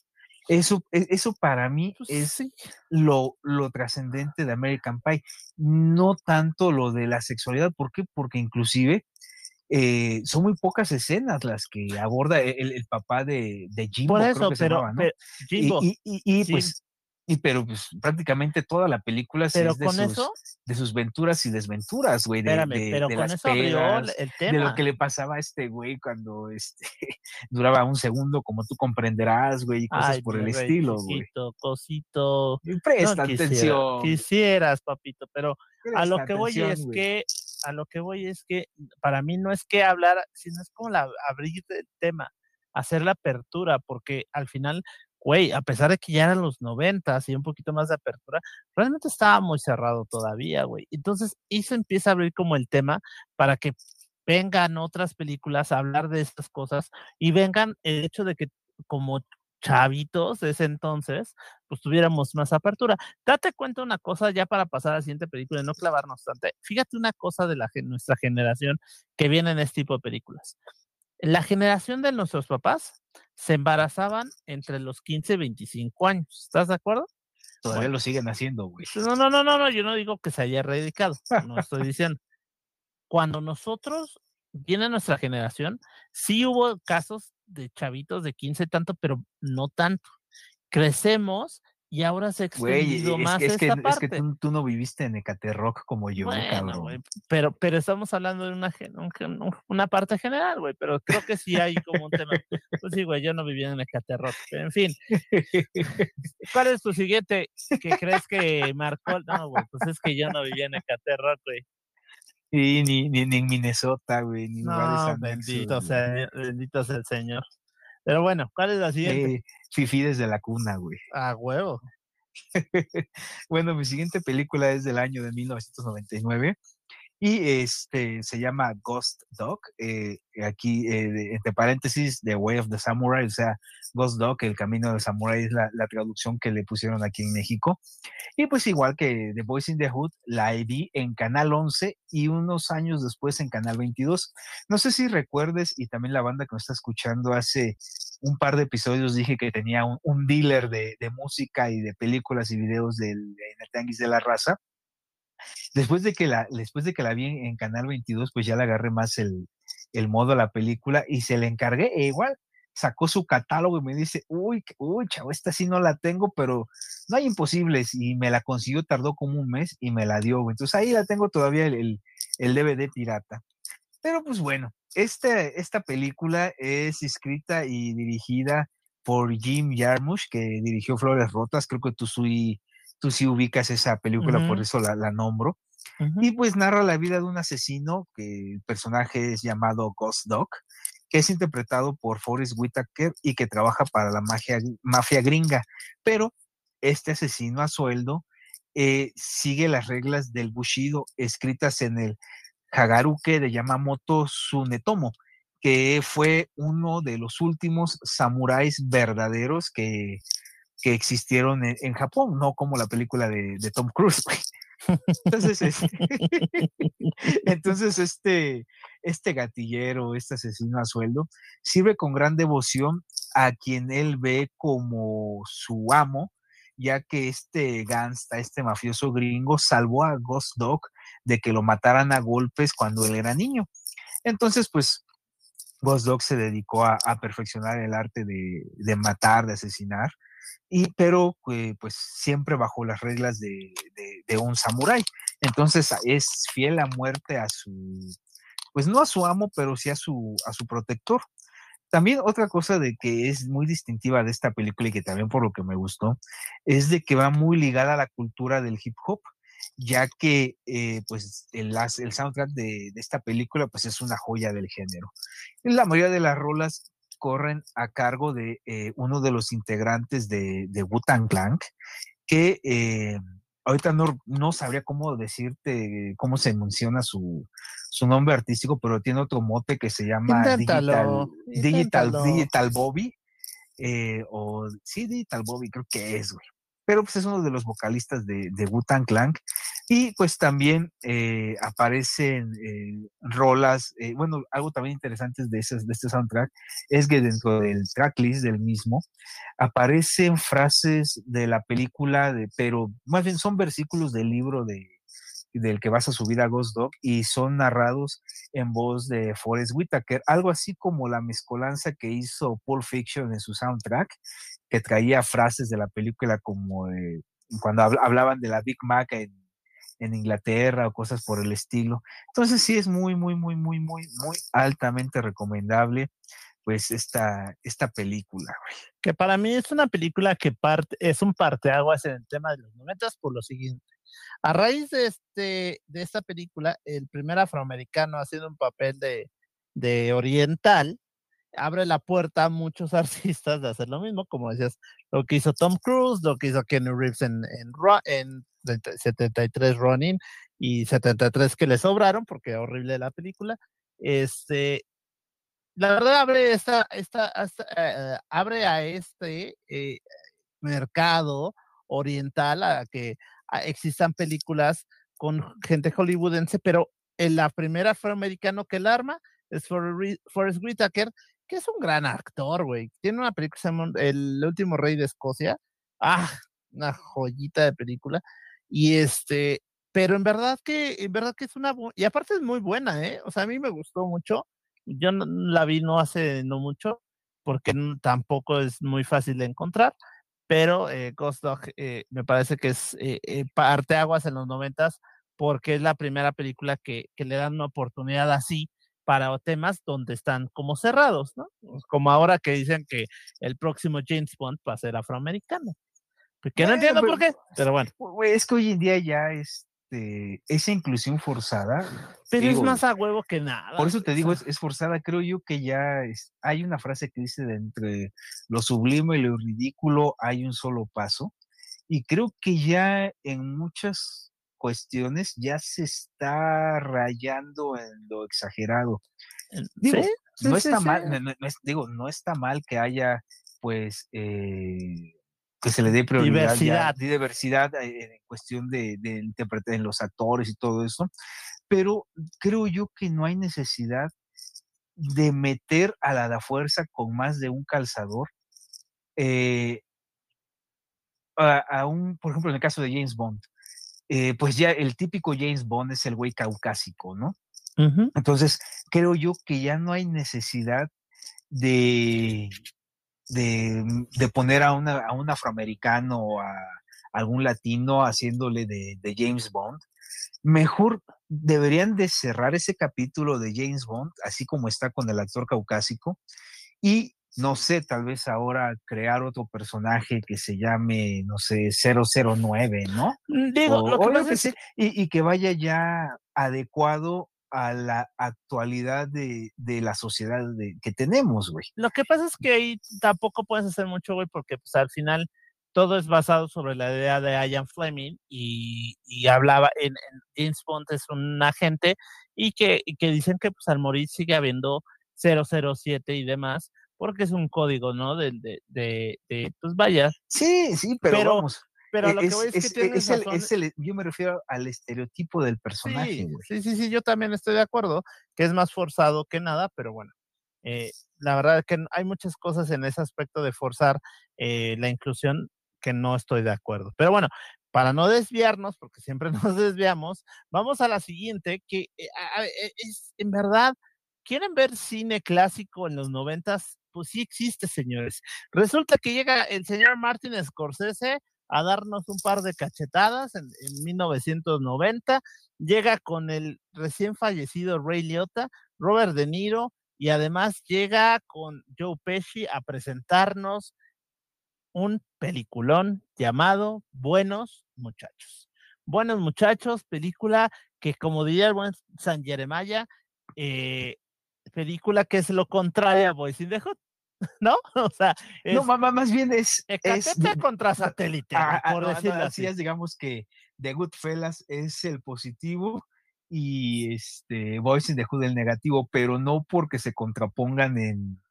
Eso, e eso para mí Pues es sí. lo lo trascendente de American Pie, no tanto lo de la sexualidad, ¿por qué? Porque inclusive, eh, son muy pocas escenas las que aborda e el el papá de de Por Jimbo, creo eso, que se pero llamaba, ¿no? pe Y Jimbo, y y y Jim. pues y pero, pues, prácticamente toda la película sí Pero es de con sus eso de sus venturas y desventuras, güey, de espérame, de pero de con las eso abrió el pedas, el de lo que tema. le pasaba a este güey cuando, este, duraba un segundo, como tú comprenderás, güey, y cosas Ay, por mi el rey estilo, güey. chiquito, cosito. Y No presta quisiera, atención, quisieras, papito, pero a lo presta que voy atención, es güey. que a lo que voy es que para mí no es que hablar, sino es como la abrir el tema, hacer la apertura, porque al final, güey, a pesar de que ya eran los noventas y un poquito más de apertura, realmente estaba muy cerrado todavía, güey. Entonces, eso empieza a abrir como el tema para que vengan otras películas a hablar de estas cosas y vengan el hecho de que como chavitos de ese entonces, pues tuviéramos más apertura. Date cuenta una cosa ya para pasar a la siguiente película y no clavarnos tanto. Fíjate una cosa de la gen nuestra generación que viene en este tipo de películas. La generación de nuestros papás se embarazaban entre los quince y veinticinco años, ¿estás de acuerdo? Todavía Bueno, lo siguen haciendo, güey. no, no, no, no, no, yo no digo que se haya erradicado, no estoy diciendo. Cuando nosotros viene nuestra generación, sí hubo casos de chavitos de quince tanto, pero no tanto. Crecemos y ahora se ha Güey, extendido e es que más es que esa es que parte. tú tú no viviste en Ecatepec como yo, Bueno, güey, cabrón. pero pero estamos hablando de una gen un gen un una parte general, güey, pero creo que sí hay como un tema. Pues sí, güey, yo no vivía en Ecatepec, pero en fin. ¿Cuál es tu siguiente que crees que marcó? No, güey, pues es que yo no vivía en Ecatepec, güey. Sí, ni ni ni en Minnesota, güey, ni lugares No, anexos, bendito güey. sea bendito sea el Señor. Pero bueno, ¿cuál es la siguiente? Eh, fifí desde la cuna, güey. A huevo. Bueno, mi siguiente película es del año de mil novecientos noventa y nueve y, este, se llama Ghost Dog, eh, aquí, eh, de entre paréntesis, The Way of the Samurai, o sea, Ghost Dog, El camino del samurái es la la traducción que le pusieron aquí en México. Y pues igual que The Boys in the Hood, la vi en Canal once y unos años después en Canal veintidós. No sé si recuerdes, y también la banda que nos está escuchando, hace un par de episodios dije que tenía un, un dealer de, de, música y de películas y videos del, en el Tianguis de la Raza. Después de que la, después de que la vi en, en Canal veintidós, pues ya le agarré más el, el modo a la película y se le encargué, e igual sacó su catálogo y me dice, uy, uy, chavo, esta sí no la tengo, pero no hay imposibles. Y me la consiguió, tardó como un mes y me la dio, güey. Entonces ahí la tengo todavía el, el, el D V D pirata. Pero pues bueno, este, esta película es escrita y dirigida por Jim Jarmusch, que dirigió Flores Rotas. Creo que tú sí, tú sí ubicas esa película, por Ujú, eso la, la nombro. ujú, Y pues narra la vida de un asesino, que el personaje es llamado Ghost Dog, que es interpretado por Forrest Whitaker y que trabaja para la magia, mafia gringa. Pero este asesino a sueldo eh, sigue las reglas del Bushido escritas en el Hagaruke de Yamamoto Tsunetomo, que fue uno de los últimos samuráis verdaderos que, que existieron en, en, Japón, no como la película de, de Tom Cruise. Entonces, este, entonces este, este gatillero, este asesino a sueldo, sirve con gran devoción a quien él ve como su amo, ya que este gangsta, este mafioso gringo, salvó a Ghost Dog de que lo mataran a golpes cuando él era niño. Entonces, pues, Ghost Dog se dedicó a, a perfeccionar el arte de, de matar, de asesinar, y, pero eh, pues siempre bajo las reglas de, de, de un samurái. Entonces es fiel a muerte a su, pues no a su amo, pero sí a su, a su protector. También otra cosa de que es muy distintiva de esta película y que también por lo que me gustó, es de que va muy ligada a la cultura del hip hop, ya que eh, pues el, el soundtrack de, de, esta película pues es una joya del género. La mayoría de las rolas corren a cargo de eh, uno de los integrantes de, de Wu-Tang Clan, que eh, ahorita no, no sabría cómo decirte cómo se menciona su, su nombre artístico, pero tiene otro mote que se llama Digital, Inténtalo, Digital, inténtalo. Digital Bobby, eh, o sí, Digital Bobby creo que es, güey. Pero pues es uno de los vocalistas de, de Wu-Tang Clan. Y pues también eh, aparecen eh, rolas, eh, bueno, algo también interesante de, esas, de este soundtrack es que dentro del tracklist del mismo aparecen frases de la película, de, pero más bien son versículos del libro de, del que vas a subir a Ghost Dog y son narrados en voz de Forrest Whitaker, algo así como la mezcolanza que hizo Pulp Fiction en su soundtrack, que traía frases de la película como de, cuando hablaban de la Big Mac en, en Inglaterra o cosas por el estilo. Entonces sí es muy, muy, muy, muy, muy, muy altamente recomendable pues esta, esta película. Que para mí es una película que parte, es un parteaguas en el tema de los noventas por lo siguiente. A raíz de, este, de esta película, el primer afroamericano haciendo un papel de, de oriental, abre la puerta a muchos artistas de hacer lo mismo, como decías, lo que hizo Tom Cruise, lo que hizo Kenny Reeves en, en, en setenta y tres Ronin y setenta y tres que le sobraron, porque horrible la película. Este, la verdad abre esta, esta, esta eh, abre a este eh, mercado oriental a que a, existan películas con gente hollywoodense, pero en la primera afroamericano que el arma es Forrest Whitaker, que es un gran actor, güey. Tiene una película que se llama El último rey de Escocia. Ah, una joyita de película. Y este, pero en verdad que, en verdad que es una, y aparte es muy buena, ¿eh? O sea, a mí me gustó mucho. Yo no, la vi no hace no mucho, porque no, tampoco es muy fácil de encontrar, pero eh, Ghost Dog eh, me parece que es eh, eh, parteaguas en los noventas porque es la primera película que, que, le dan una oportunidad así para temas donde están como cerrados, ¿no? Como ahora que dicen que el próximo James Bond va a ser afroamericano. Que no Bueno, entiendo pero por qué, pero bueno. es que hoy en día ya este, esa inclusión forzada, Pero es digo, más a huevo que nada. por eso te O digo, sea, es, es, forzada. Creo yo que ya es, hay una frase que dice de entre lo sublime y lo ridículo hay un solo paso. Y creo que ya en muchas cuestiones ya se está rayando en lo exagerado. sí, Digo, sí, no sí, está sí. mal, no, no, no es, digo, no está mal que haya, pues, eh, que se le dé prioridad ya Diversidad. de diversidad en cuestión de, de interpretar en los actores y todo eso, pero creo yo que no hay necesidad de meter a la, la fuerza con más de un calzador eh, a, a, un, por ejemplo, en el caso de James Bond, eh, pues ya el típico James Bond es el güey caucásico, ¿no? Uh -huh. Entonces, creo yo que ya no hay necesidad de, de, de poner a, una, a un afroamericano o a algún latino haciéndole de, de James Bond. Mejor deberían de cerrar ese capítulo de James Bond, así como está con el actor caucásico, y no sé, tal vez ahora crear otro personaje que se llame, no sé, cero cero nueve, ¿no? Digo, lo O, que o yo pasa qué es sé, y, y, que vaya ya adecuado a la actualidad de, de la sociedad de, que tenemos, güey. Lo que pasa es que ahí tampoco puedes hacer mucho, güey, porque pues al final todo es basado sobre la idea de Ian Fleming y, y hablaba en, en, James Bond es un agente y que, y que dicen que pues al morir sigue habiendo cero cero siete y demás, porque es un código, ¿no? De, de, de, de pues vaya. Sí, sí, pero, pero vamos, pero a lo que es, voy es que es, tienes es, el, razón. es el, yo me refiero al estereotipo del personaje, Sí, güey. sí, sí, sí, yo también estoy de acuerdo, que es más forzado que nada, pero bueno, eh, la verdad es que hay muchas cosas en ese aspecto de forzar eh, la inclusión que no estoy de acuerdo. Pero bueno, para no desviarnos, porque siempre nos desviamos, vamos a la siguiente, que eh, a, a, es en verdad, ¿quieren ver cine clásico en los noventas? Pues sí existe, señores. Resulta que llega el señor Martin Scorsese a darnos un par de cachetadas en, en mil novecientos noventa, llega con el recién fallecido Ray Liotta, Robert De Niro, y además llega con Joe Pesci a presentarnos un peliculón llamado Buenos Muchachos. Buenos Muchachos, película que, como diría el buen San Jeremiah, eh, película que es lo contrario a Boys in the Hood, ¿no? O sea, No, es más bien es, es Ecatepec contra satélite, a, güey, a, por no, no, decirlo así así. es, digamos que The Goodfellas es el positivo y este Boys in the Hood el negativo, pero no porque se contrapongan en,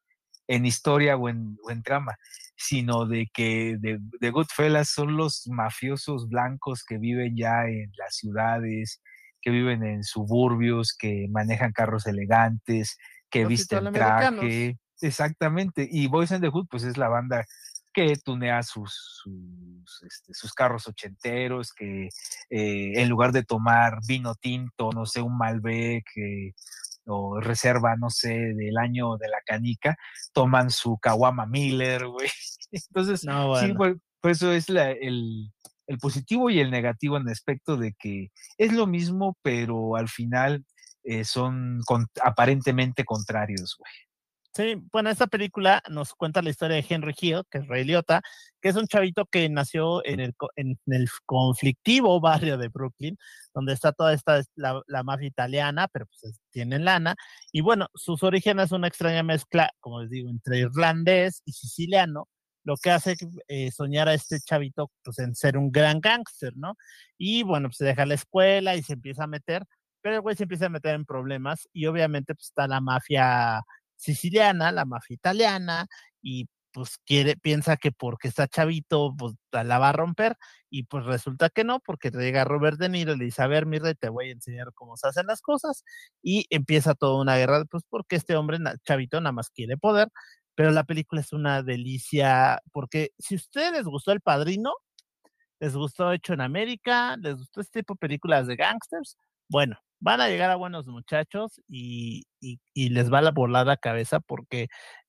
en historia o en, o en trama, sino de que de, de Goodfellas son los mafiosos blancos que viven ya en las ciudades, que viven en suburbios, que manejan carros elegantes, que Los visten italoamericanos. traje, exactamente. Y Boys and the Hood, pues es la banda que tunea sus, sus, este, sus carros ochenteros, que eh, en lugar de tomar vino tinto, no sé, un Malbec eh, o reserva, no sé, del año de la canica, toman su Kawama Miller, güey. Entonces, No, sí, bueno. por, por eso es la, el, el positivo y el negativo en el aspecto de que es lo mismo, pero al final eh, son con, aparentemente contrarios, güey. Sí, bueno, esta película nos cuenta la historia de Henry Hill, que es Ray Liotta, que es un chavito que nació en el, en el conflictivo barrio de Brooklyn, donde está toda esta, la, la mafia italiana, pero pues tienen lana. Y bueno, sus orígenes es una extraña mezcla, como les digo, entre irlandés y siciliano, lo que hace eh, soñar a este chavito pues, en ser un gran gángster, ¿no? Y bueno, pues se deja la escuela y se empieza a meter, pero el güey se empieza a meter en problemas y obviamente pues está la mafia siciliana, la mafia italiana, y pues quiere, piensa que porque está chavito, pues la va a romper, y pues resulta que no, porque llega Robert De Niro y le dice, a ver, mi rey, te voy a enseñar cómo se hacen las cosas, y empieza toda una guerra, pues porque este hombre, chavito, nada más quiere poder, pero la película es una delicia, porque si a ustedes les gustó El Padrino, les gustó Hecho en América, les gustó este tipo de películas de gangsters, bueno, van a llegar a buenos muchachos y, y, y les va a volar la cabeza porque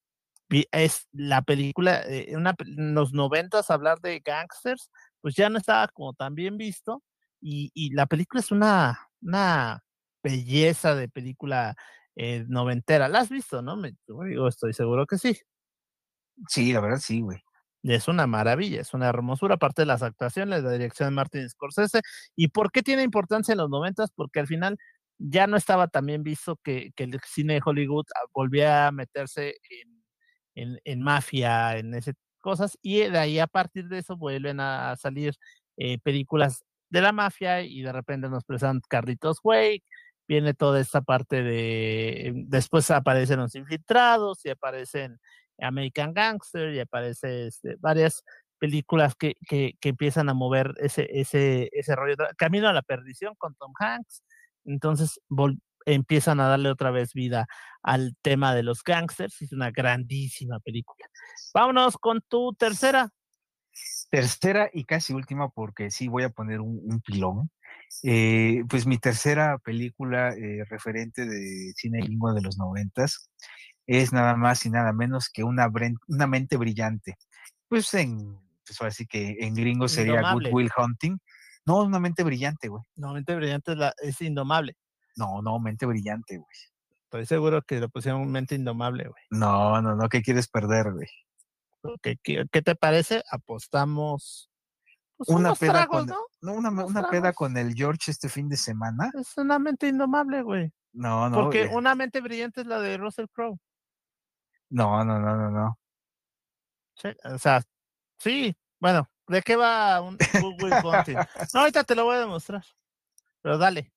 es la película, eh, una, en los noventas hablar de gangsters, pues ya no estaba como tan bien visto y, y la película es una, una belleza de película eh, noventera. ¿La has visto, no? Me, digo, estoy seguro que sí. Sí, la verdad sí, güey. Es una maravilla, es una hermosura, aparte de las actuaciones, la dirección de Martin Scorsese. ¿Y por qué tiene importancia en los noventas? Porque al final ya no estaba tan bien visto que, que el cine de Hollywood volvía a meterse en, en, en mafia, en esas cosas, y de ahí a partir de eso vuelven a salir eh, películas de la mafia y de repente nos presentan Carlitos Way, viene toda esta parte de, después aparecen los infiltrados y aparecen American Gangster y aparece este, varias películas que, que, que, empiezan a mover ese, ese, ese rollo. Camino a la perdición con Tom Hanks. Entonces empiezan a darle otra vez vida al tema de los gangsters. Es una grandísima película. Vámonos con tu tercera. Tercera y casi última, porque sí voy a poner un, un pilón. Eh, pues mi tercera película eh, referente de cine gringo de los noventas es nada más y nada menos que una, una mente brillante. Pues en, pues así que en gringo sería Good Indomable. Will Hunting. No, una mente brillante, güey. No, mente brillante es, la, es indomable. No, no, mente brillante, güey. Estoy seguro que le pusieron mente indomable, güey. No, no, no, ¿qué quieres perder, güey? ¿Qué, qué, ¿Qué te parece? Apostamos pues una unos peda tragos, con, ¿no? no, una, Unos una tragos. peda con el George este fin de semana. Es una mente indomable, güey. No, no, Porque eh, una mente brillante es la de Russell Crowe. no, no, no, no, no. Sí, o sea, sí. Bueno, ¿de qué va un Good Will Hunting? No, ahorita te lo voy a demostrar. Pero dale.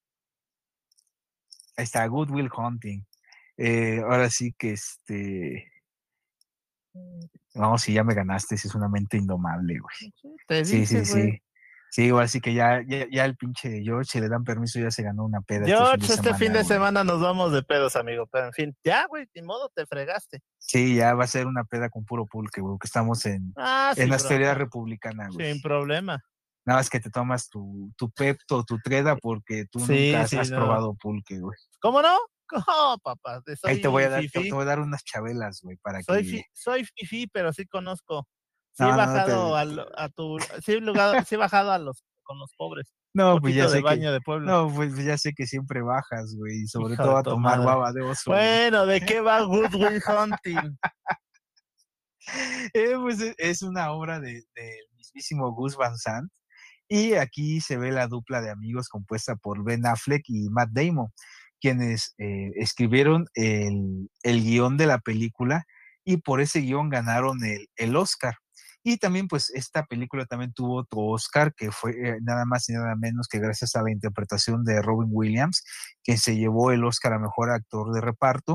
Ahí está, Good Will Hunting. Eh, ahora sí que este. No, si ya me ganaste, si es una mente indomable, güey. Sí, te Sí, dije, sí, güey. sí. Sí, igual sí que ya, ya, ya el pinche George, si le dan permiso, ya se ganó una peda este fin de George, este fin semana, de güey. semana nos vamos de pedos, amigo. Pero en fin, ya, güey, ni modo, te fregaste. Sí, ya va a ser una peda con puro pulque, güey, que estamos en, Ah, en sí, la bro. austeridad No, republicana, güey. sin problema. Nada más que te tomas tu, tu Pepto, tu Treda, porque tú nunca Sí, has, sí, has no. probado pulque, güey. ¿Cómo no? No, papá, Ahí te voy soy a dar, te, te fifi. voy a dar unas chabelas, güey, para Soy, que. fi, soy fifi, pero sí conozco. Sí he No, no, no, te, bajado al, a tu, sí he, lugado, sí he bajado a los, con los pobres. Un no, pues ya poquito de sé que, baño de pueblo. no, pues ya sé que siempre bajas, güey, y sobre Hijo de todo a tu tomar madre. baba de oso, güey. Bueno, ¿de qué va Good Will Hunting? Eh, pues e- es una obra del de mismísimo Gus Van Sant, y aquí se ve la dupla de amigos compuesta por Ben Affleck y Matt Damon, quienes eh, escribieron el, el guión de la película y por ese guión ganaron el, el Oscar. Y también pues esta película también tuvo otro Oscar que fue eh, nada más y nada menos que gracias a la interpretación de Robin Williams, quien se llevó el Oscar a Mejor Actor de Reparto.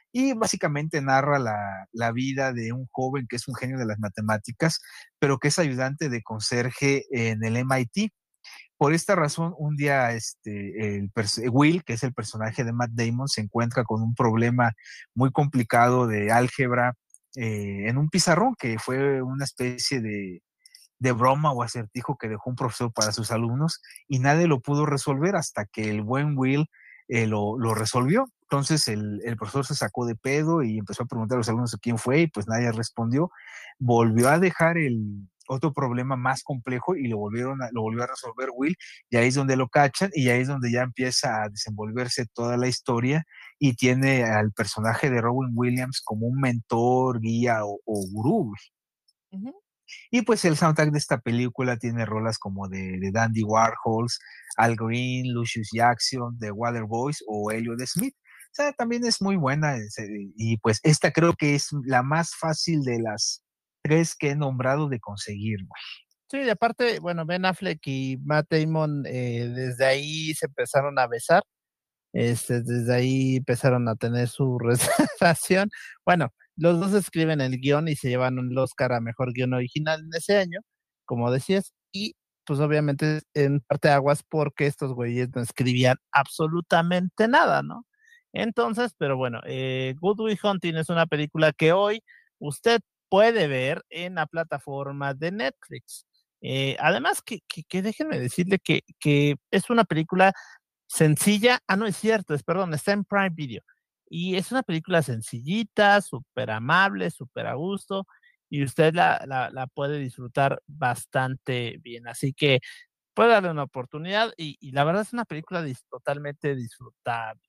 y básicamente narra la, la vida de un joven que es un genio de las matemáticas, pero que es ayudante de conserje en el M I T. Por esta razón, un día este, el Will, que es el personaje de Matt Damon, se encuentra con un problema muy complicado de álgebra eh, en un pizarrón que fue una especie de, de broma o acertijo que dejó un profesor para sus alumnos y nadie lo pudo resolver hasta que el buen Will eh, lo, lo, resolvió. Entonces el, el, profesor se sacó de pedo y empezó a preguntar a los alumnos quién fue y pues nadie respondió. Volvió a dejar el otro problema más complejo y lo volvieron a, lo volvió a resolver Will y ahí es donde lo cachan y ahí es donde ya empieza a desenvolverse toda la historia y tiene al personaje de Robin Williams como un mentor, guía o, o gurú. Uh -huh. Y pues el soundtrack de esta película tiene rolas como de, de Dandy Warhols, Al Green, Lucius Jackson, The Waterboys o Elliott Smith. O sea, también es muy buena. Y pues esta creo que es la más fácil de las tres que he nombrado de conseguir. Sí, y aparte, bueno, Ben Affleck y Matt Damon eh, desde ahí se empezaron a besar. Este, desde ahí empezaron a tener su relación. Bueno, los dos escriben el guión y se llevan el Oscar a mejor guión original en ese año, como decías, y pues obviamente en parte aguas porque estos güeyes no escribían absolutamente nada, ¿no? Entonces, pero bueno, eh, Good Will Hunting es una película que hoy usted puede ver en la plataforma de Netflix. Eh, además, que, que, que déjenme decirle que, que es una película sencilla, ah, no es cierto, es perdón, está en Prime Video. Y es una película sencillita, súper amable, súper a gusto, y usted la, la, la, puede disfrutar bastante bien. Así que puede darle una oportunidad, y, y la verdad es una película dis totalmente disfrutable.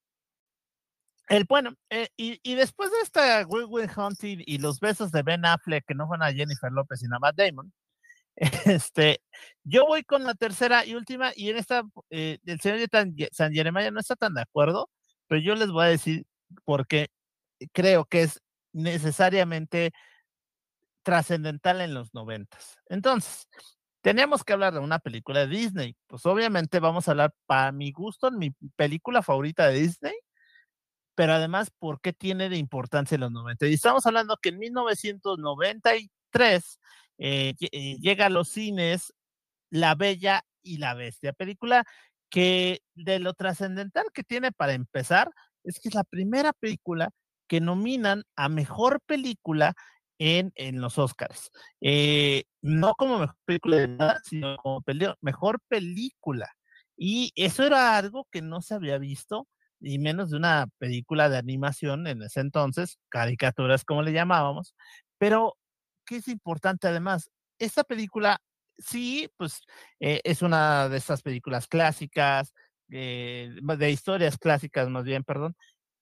El, bueno, eh, y, y, después de esta Will Will Hunting y los besos de Ben Affleck, que no fueron a Jennifer López sino a Matt Damon, Este, yo voy con la tercera y última, y en esta, eh, el señor de San Jeremiah no está tan de acuerdo, pero yo les voy a decir porque creo que es necesariamente trascendental en los noventas. Entonces, tenemos que hablar de una película de Disney. Pues obviamente vamos a hablar, para mi gusto, mi película favorita de Disney, pero además, ¿por qué tiene de importancia en los noventa? Y estamos hablando que en mil novecientos noventa y tres eh, eh, llega a los cines La Bella y la Bestia, película que de lo trascendental que tiene para empezar, es que es la primera película que nominan a mejor película en, en los Oscars. Eh, no como mejor película de nada, sino como peli mejor película. Y eso era algo que no se había visto, y menos de una película de animación en ese entonces, caricaturas como le llamábamos. Pero, ¿qué es importante además? Esta película sí, pues eh, es una de estas películas clásicas, eh, de historias clásicas más bien, perdón.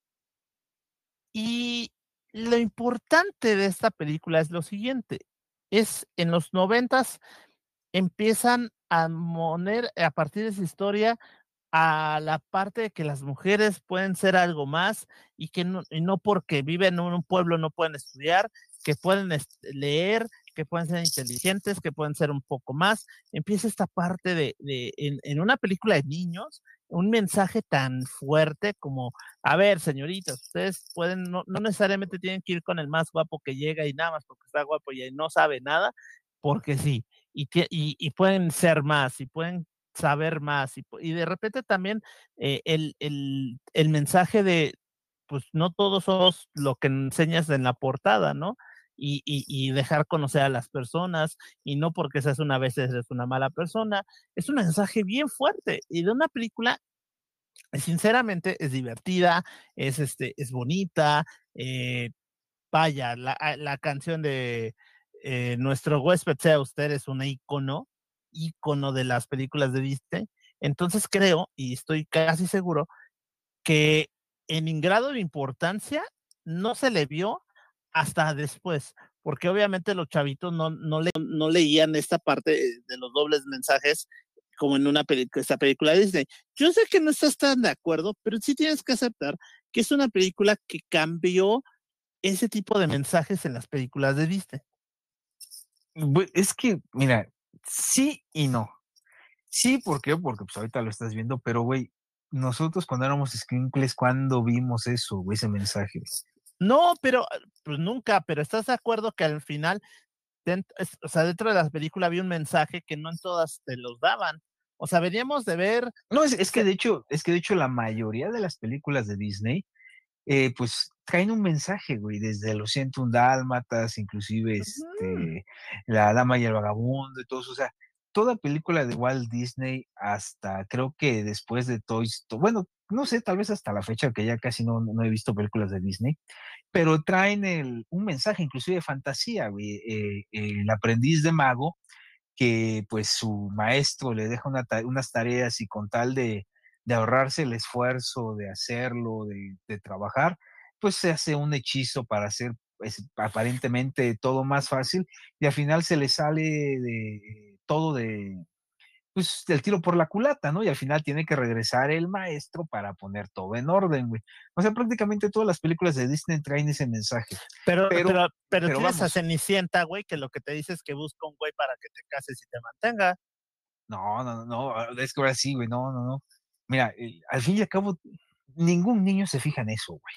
Y lo importante de esta película es lo siguiente, es en los noventas empiezan a poner a partir de esa historia a la parte de que las mujeres pueden ser algo más y que no, y no porque viven en un pueblo no pueden estudiar, que pueden leer, que pueden ser inteligentes, que pueden ser un poco más. Empieza esta parte de, de en, en, una película de niños, un mensaje tan fuerte como, a ver, señoritas, ustedes pueden, no, no necesariamente tienen que ir con el más guapo que llega y nada más porque está guapo y no sabe nada, porque sí, y, y, y pueden ser más, y pueden saber más, y, y de repente también eh, el, el, el mensaje de, pues no todos somos lo que enseñas en la portada, ¿no? Y, y, y, dejar conocer a las personas, y no porque seas una vez eres una mala persona. Es un mensaje bien fuerte y de una película, sinceramente, es divertida, es, este, es bonita. Eh, vaya, la, la canción de eh, Nuestro huésped sea usted es un ícono, ícono de las películas de Disney. Entonces creo, y estoy casi seguro, que en grado de importancia no se le vio hasta después, porque obviamente los chavitos no, no, le, no leían esta parte de los dobles mensajes como en una película, esta película de Disney. Yo sé que no estás tan de acuerdo, pero sí tienes que aceptar que es una película que cambió ese tipo de mensajes en las películas de Disney. Es que, mira, sí y no. Sí, ¿por qué? Porque pues ahorita lo estás viendo, pero güey, nosotros cuando éramos escuincles, ¿cuándo vimos eso, güey, ese mensaje? No, pero, pues nunca, pero ¿estás de acuerdo que al final, dent es o sea, dentro de las películas había un mensaje que no en todas te los daban? O sea, veníamos de ver No, es es que se de hecho es que de hecho la mayoría de las películas de Disney, eh, pues traen un mensaje, güey, desde Los ciento un dálmatas, inclusive, Ujú. este, La dama y el vagabundo y todo eso, o sea, toda película de Walt Disney hasta creo que después de Toy Sto bueno, no sé, tal vez hasta la fecha, que ya casi no no he visto películas de Disney, pero traen el un mensaje, inclusive de fantasía, güey, eh, El aprendiz de mago, que, pues, su maestro le deja una ta unas tareas y con tal de de ahorrarse el esfuerzo de hacerlo, de de trabajar, pues, se hace un hechizo para hacer, pues, aparentemente todo más fácil, y al final se le sale de todo de, pues, del tiro por la culata, ¿no? Y al final tiene que regresar el maestro para poner todo en orden, güey. O sea, prácticamente todas las películas de Disney traen ese mensaje, Pero pero pero pero pero tienes a vamos, Cenicienta, güey, que lo que te dice es que busca un güey para que te cases y te mantenga. no, no, no, no, es que ahora sí, güey, no, no, no. Mira, eh, al fin y al cabo, ningún niño se fija en eso, güey.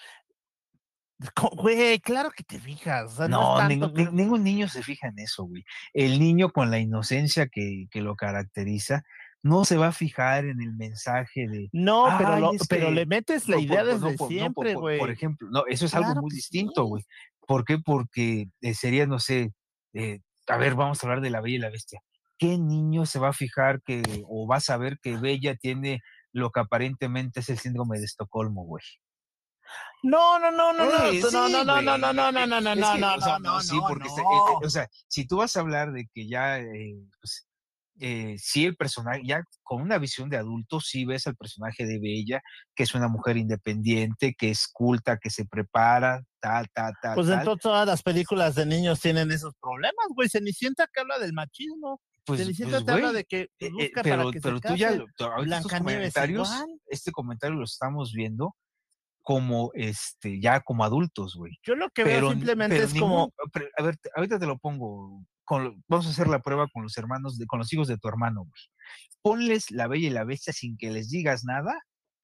Co güey, claro que te fijas, o sea, no es No, tanto ningún ni que ningún niño se fija en eso, güey. El niño con la inocencia que que lo caracteriza, no se va a fijar en el mensaje de: no, pero "Ay, lo es pero que", le metes la por idea por por no desde por no por siempre, por por güey. ejemplo, no, eso es algo Claro muy que distinto, sí. güey. ¿Por qué? Porque, eh, sería, no sé, eh, a ver, vamos a hablar de La Bella y la Bestia. ¿Qué niño se va a fijar que o va a saber que Bella tiene lo que aparentemente es el síndrome de Estocolmo, güey? No, no, no, no, no, Eh, tú no, no, sí, no, no, no, güey, no, eh no, eh, no, no, es no, que, no, o sea, no, no, no, sí, no, porque este, eh eh, no. o sea, si tú vas a hablar de que ya, eh, pues, eh, sí el personaje, ya con una visión de adulto, sí ves al personaje de Bella, que es una mujer independiente, que es culta, que se prepara, tal, tal, tal, Pues tal. entonces todas las películas de niños tienen esos problemas, güey. Cenicienta te habla del machismo. Pues Cenicienta pues, te habla de güey, que, eh pues, eh, busca para pero que se pero tú ya casen. lo tú ahorita estos Blancanieves igual. comentarios, este comentario lo estamos viendo como, este, ya como adultos, güey. Yo lo que veo Pero simplemente pero es como ningún pero, a ver, ahorita te lo pongo con vamos a hacer la prueba con los hermanos de con los hijos de tu hermano, güey. Ponles La Bella y la Bestia sin que les digas nada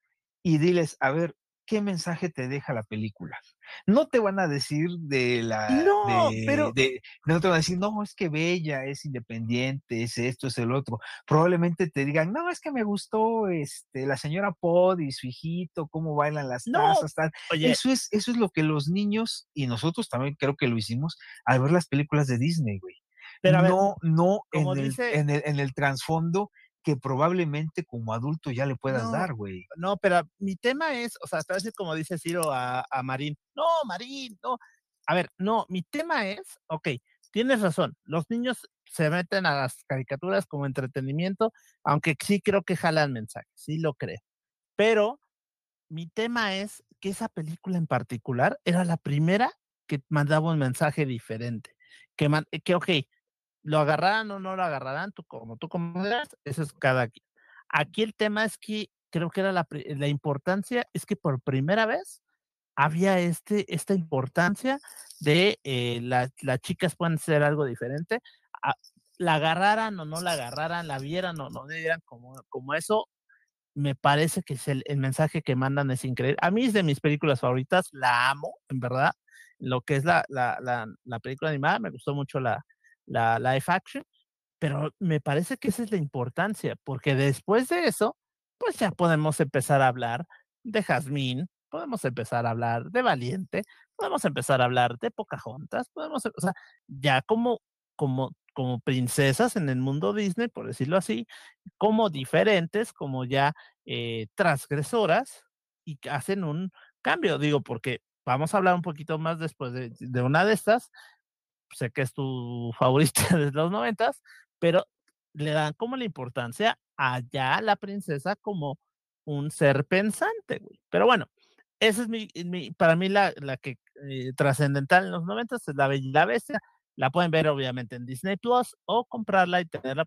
y diles, a ver, ¿qué mensaje te deja la película? No te van a decir de la no, de pero de no te van a decir: "No, es que Bella es independiente, es esto, es el otro". Probablemente te digan: "No, es que me gustó, este, la señora Pod y su hijito, cómo bailan las no. tazas, tal". Oye, Eso es eso es lo que los niños, y nosotros también creo que lo hicimos, al ver las películas de Disney, güey. pero a ver, No no como en el dice, en el en el trasfondo que probablemente como adulto ya le puedas no, dar, güey. no, pero mi tema es, o sea, te voy a decir como dice Ciro a, a Marín. No, Marín, no. A ver, no, mi tema es, ok, tienes razón, los niños se meten a las caricaturas como entretenimiento, aunque sí creo que jalan mensajes, sí lo creo. Pero mi tema es que esa película en particular era la primera que mandaba un mensaje diferente. Que, man- que ok, lo agarrarán o no lo agarrarán, tú como tú consideras, eso es cada quien. Aquí el tema es que creo que era la, pri- la importancia, es que por primera vez había este, esta importancia de eh, la- las chicas pueden ser algo diferente, a- la agarraran o no la agarraran, la vieran o no la vieran como, como eso, me parece que es el, el mensaje que mandan es increíble. A mí es de mis películas favoritas, la amo, en verdad. Lo que es la, la, la, la película animada, me gustó mucho la, la live action, pero me parece que esa es la importancia, porque después de eso, pues ya podemos empezar a hablar de Jazmín, podemos empezar a hablar de Valiente, podemos empezar a hablar de Pocahontas, podemos, o sea, ya como, como, como princesas en el mundo Disney, por decirlo así, como diferentes, como ya eh, transgresoras y que hacen un cambio, digo, porque vamos a hablar un poquito más después de, de una de estas, sé que es tu favorita de los noventas, pero le dan como la importancia a ya la princesa como un ser pensante, güey. Pero bueno, esa es mi, mi para mí la, la que eh, trascendental en los noventas es La Bella y la Bestia. La pueden ver obviamente en Disney Plus o comprarla y tenerla,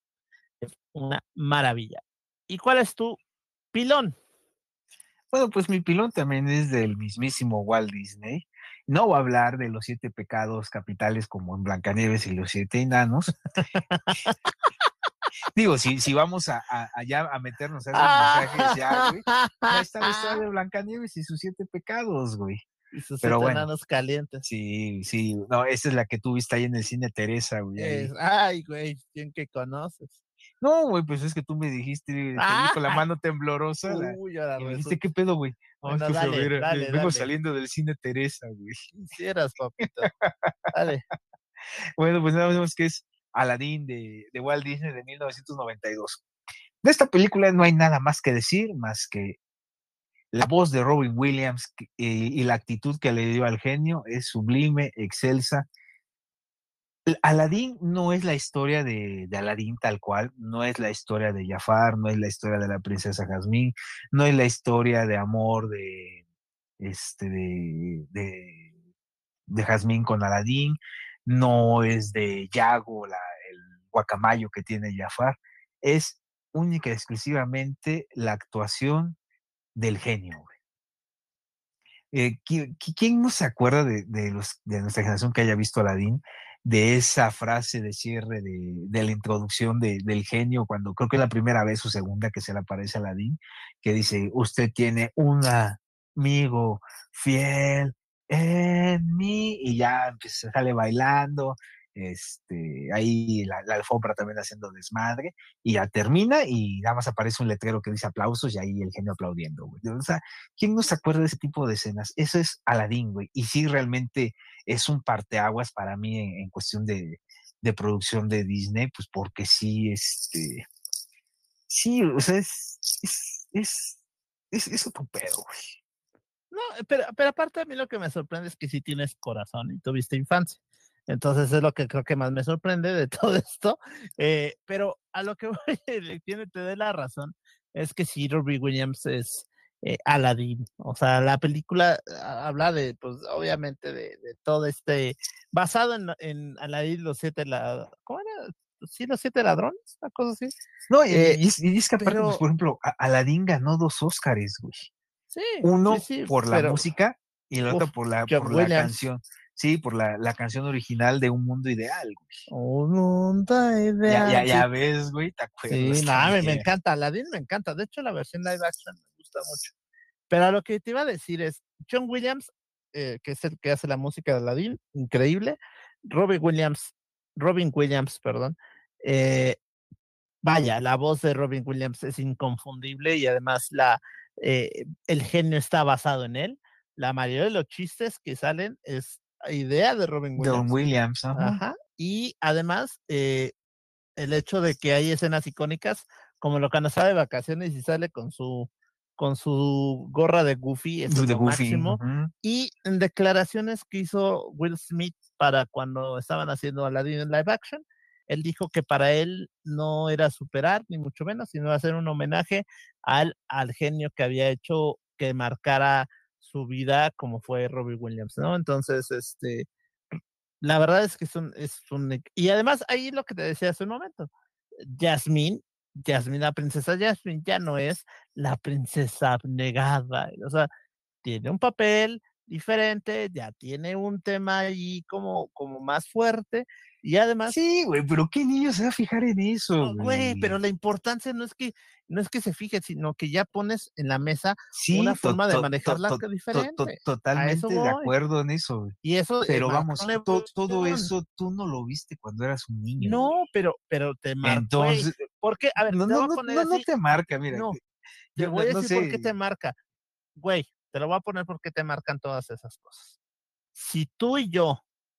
es una maravilla. ¿Y cuál es tu pilón? Bueno, pues mi pilón también es del mismísimo Walt Disney. No voy a hablar de los siete pecados capitales como en Blancanieves y los siete enanos, Digo, si, si vamos a, a, allá a meternos a esos mensajes ya, güey, ya está la historia Ah. de Blancanieves y sus siete pecados, güey. Y sus Pero siete bueno, enanos calientes. sí, sí, no, esa es la que tú viste ahí en el cine Teresa, güey, ahí. Es, ay, güey, ¿quién que conoces? No, güey, pues es que tú me dijiste, te vi con la ¡Ah! mano temblorosa la, Uy, ahora y me dijiste, ¿qué resulta. pedo, güey? No, es Bueno, que fui a dale, ver, eh, dale, vengo dale. saliendo del cine Teresa, güey. Quisieras, papito. Dale. Bueno, pues nada más que es Aladdin de, de Walt Disney de mil novecientos noventa y dos. De esta película no hay nada más que decir, más que la voz de Robin Williams que- y, y la actitud que le dio al genio es sublime, excelsa. El Aladdin no es la historia de, de Aladdin tal cual, no es la historia de Jafar, no es la historia de la princesa Jasmine, no es la historia de amor de, este, de, de, de Jasmine con Aladdin, no es de Yago, la, el guacamayo que tiene Jafar, es única y exclusivamente la actuación del genio, güey. Eh, ¿qui- qui- ¿Quién no se acuerda de, de los, de nuestra generación que haya visto Aladdin, de esa frase de cierre de, de la introducción de- del genio, cuando creo que es la primera vez o segunda que se le aparece a Aladdin, que dice, usted tiene un amigo fiel en mí, y ya empieza, sale bailando, este, ahí la, la alfombra también haciendo desmadre, y ya termina y nada más aparece un letrero que dice aplausos y ahí el genio aplaudiendo, güey. O sea, ¿quién no se acuerda de ese tipo de escenas? Eso es Aladdin, güey. Y sí, realmente es un parteaguas para mí en, en cuestión de, de producción de Disney, pues porque sí, este, sí, o sea, es, es, es, es, es otro pedo, güey. No, pero, pero aparte a mí lo que me sorprende es que sí tienes corazón y tuviste infancia. Entonces es lo que creo que más me sorprende de todo esto. Eh, pero a lo que voy, le tiene, te doy la razón, es que sí, Robbie Williams es eh, Aladdin. O sea, la película ah, habla de, pues obviamente, de, de todo este, basado en, en Aladdin, los siete, la, ¿cómo era? Sí, los siete ladrones, una cosa así. No, y, Eh, y es, y es que aparte, pues, pero por ejemplo, a- Aladdin ganó dos Óscares, güey. sí, sí, Uno sí, por la pero, música y el uf, otro por la, John por la Williams. canción. Sí, por la, la canción original de Un Mundo Ideal, güey. Un mundo Ya, ya, ideal. Sí, ya ves, güey, te sí, acuerdas no, me, me también. encanta. Aladdin me encanta. De hecho, la versión live action me gusta mucho. Pero a lo que te iba a decir es, John Williams, eh, que es el que hace la música de Aladdin, increíble. Robin Williams, Robin Williams, perdón. eh, Vaya, la voz de Robin Williams es inconfundible y además la, eh, el genio está basado en él. La mayoría de los chistes que salen es idea de Robin Don Williams. Williams, ajá. Ajá. Y además, eh, el hecho de que hay escenas icónicas, como lo cuando está de vacaciones y sale con su, con su gorra de Goofy, eso es De lo Goofy. máximo. Ujú. Y en declaraciones que hizo Will Smith para cuando estaban haciendo Aladdin en live action, él dijo que para él no era superar, ni mucho menos, sino hacer un homenaje al, al genio que había hecho que marcara su vida como fue Robbie Williams, ¿no? Entonces, este, la verdad es que es un, es un, y además ahí lo que te decía hace un momento, Jasmine, Jasmine, la princesa Jasmine ya no es la princesa abnegada, o sea, tiene un papel diferente, ya tiene un tema ahí como, como más fuerte, y además Sí, güey, pero ¿qué niño se va a fijar en eso, oh, güey, pero güey? la importancia no es que no es que se fije, sino que ya pones en la mesa una Sí, to- forma de to- to- manejarla to- que to- to- diferente. A eso totalmente de voy. acuerdo en eso, güey. Y eso eh, Pero marca vamos, una to- todo evolución. eso tú no lo viste cuando eras un niño, güey. No, pero pero te marca, güey. Entonces, ¿Por qué? A ver, no, te no, voy a no, poner no, no así. te marca, mira, No, te yo no, voy a no decir por qué sé. te marca. Güey, te lo voy a poner por qué te marcan todas esas cosas. Si tú y yo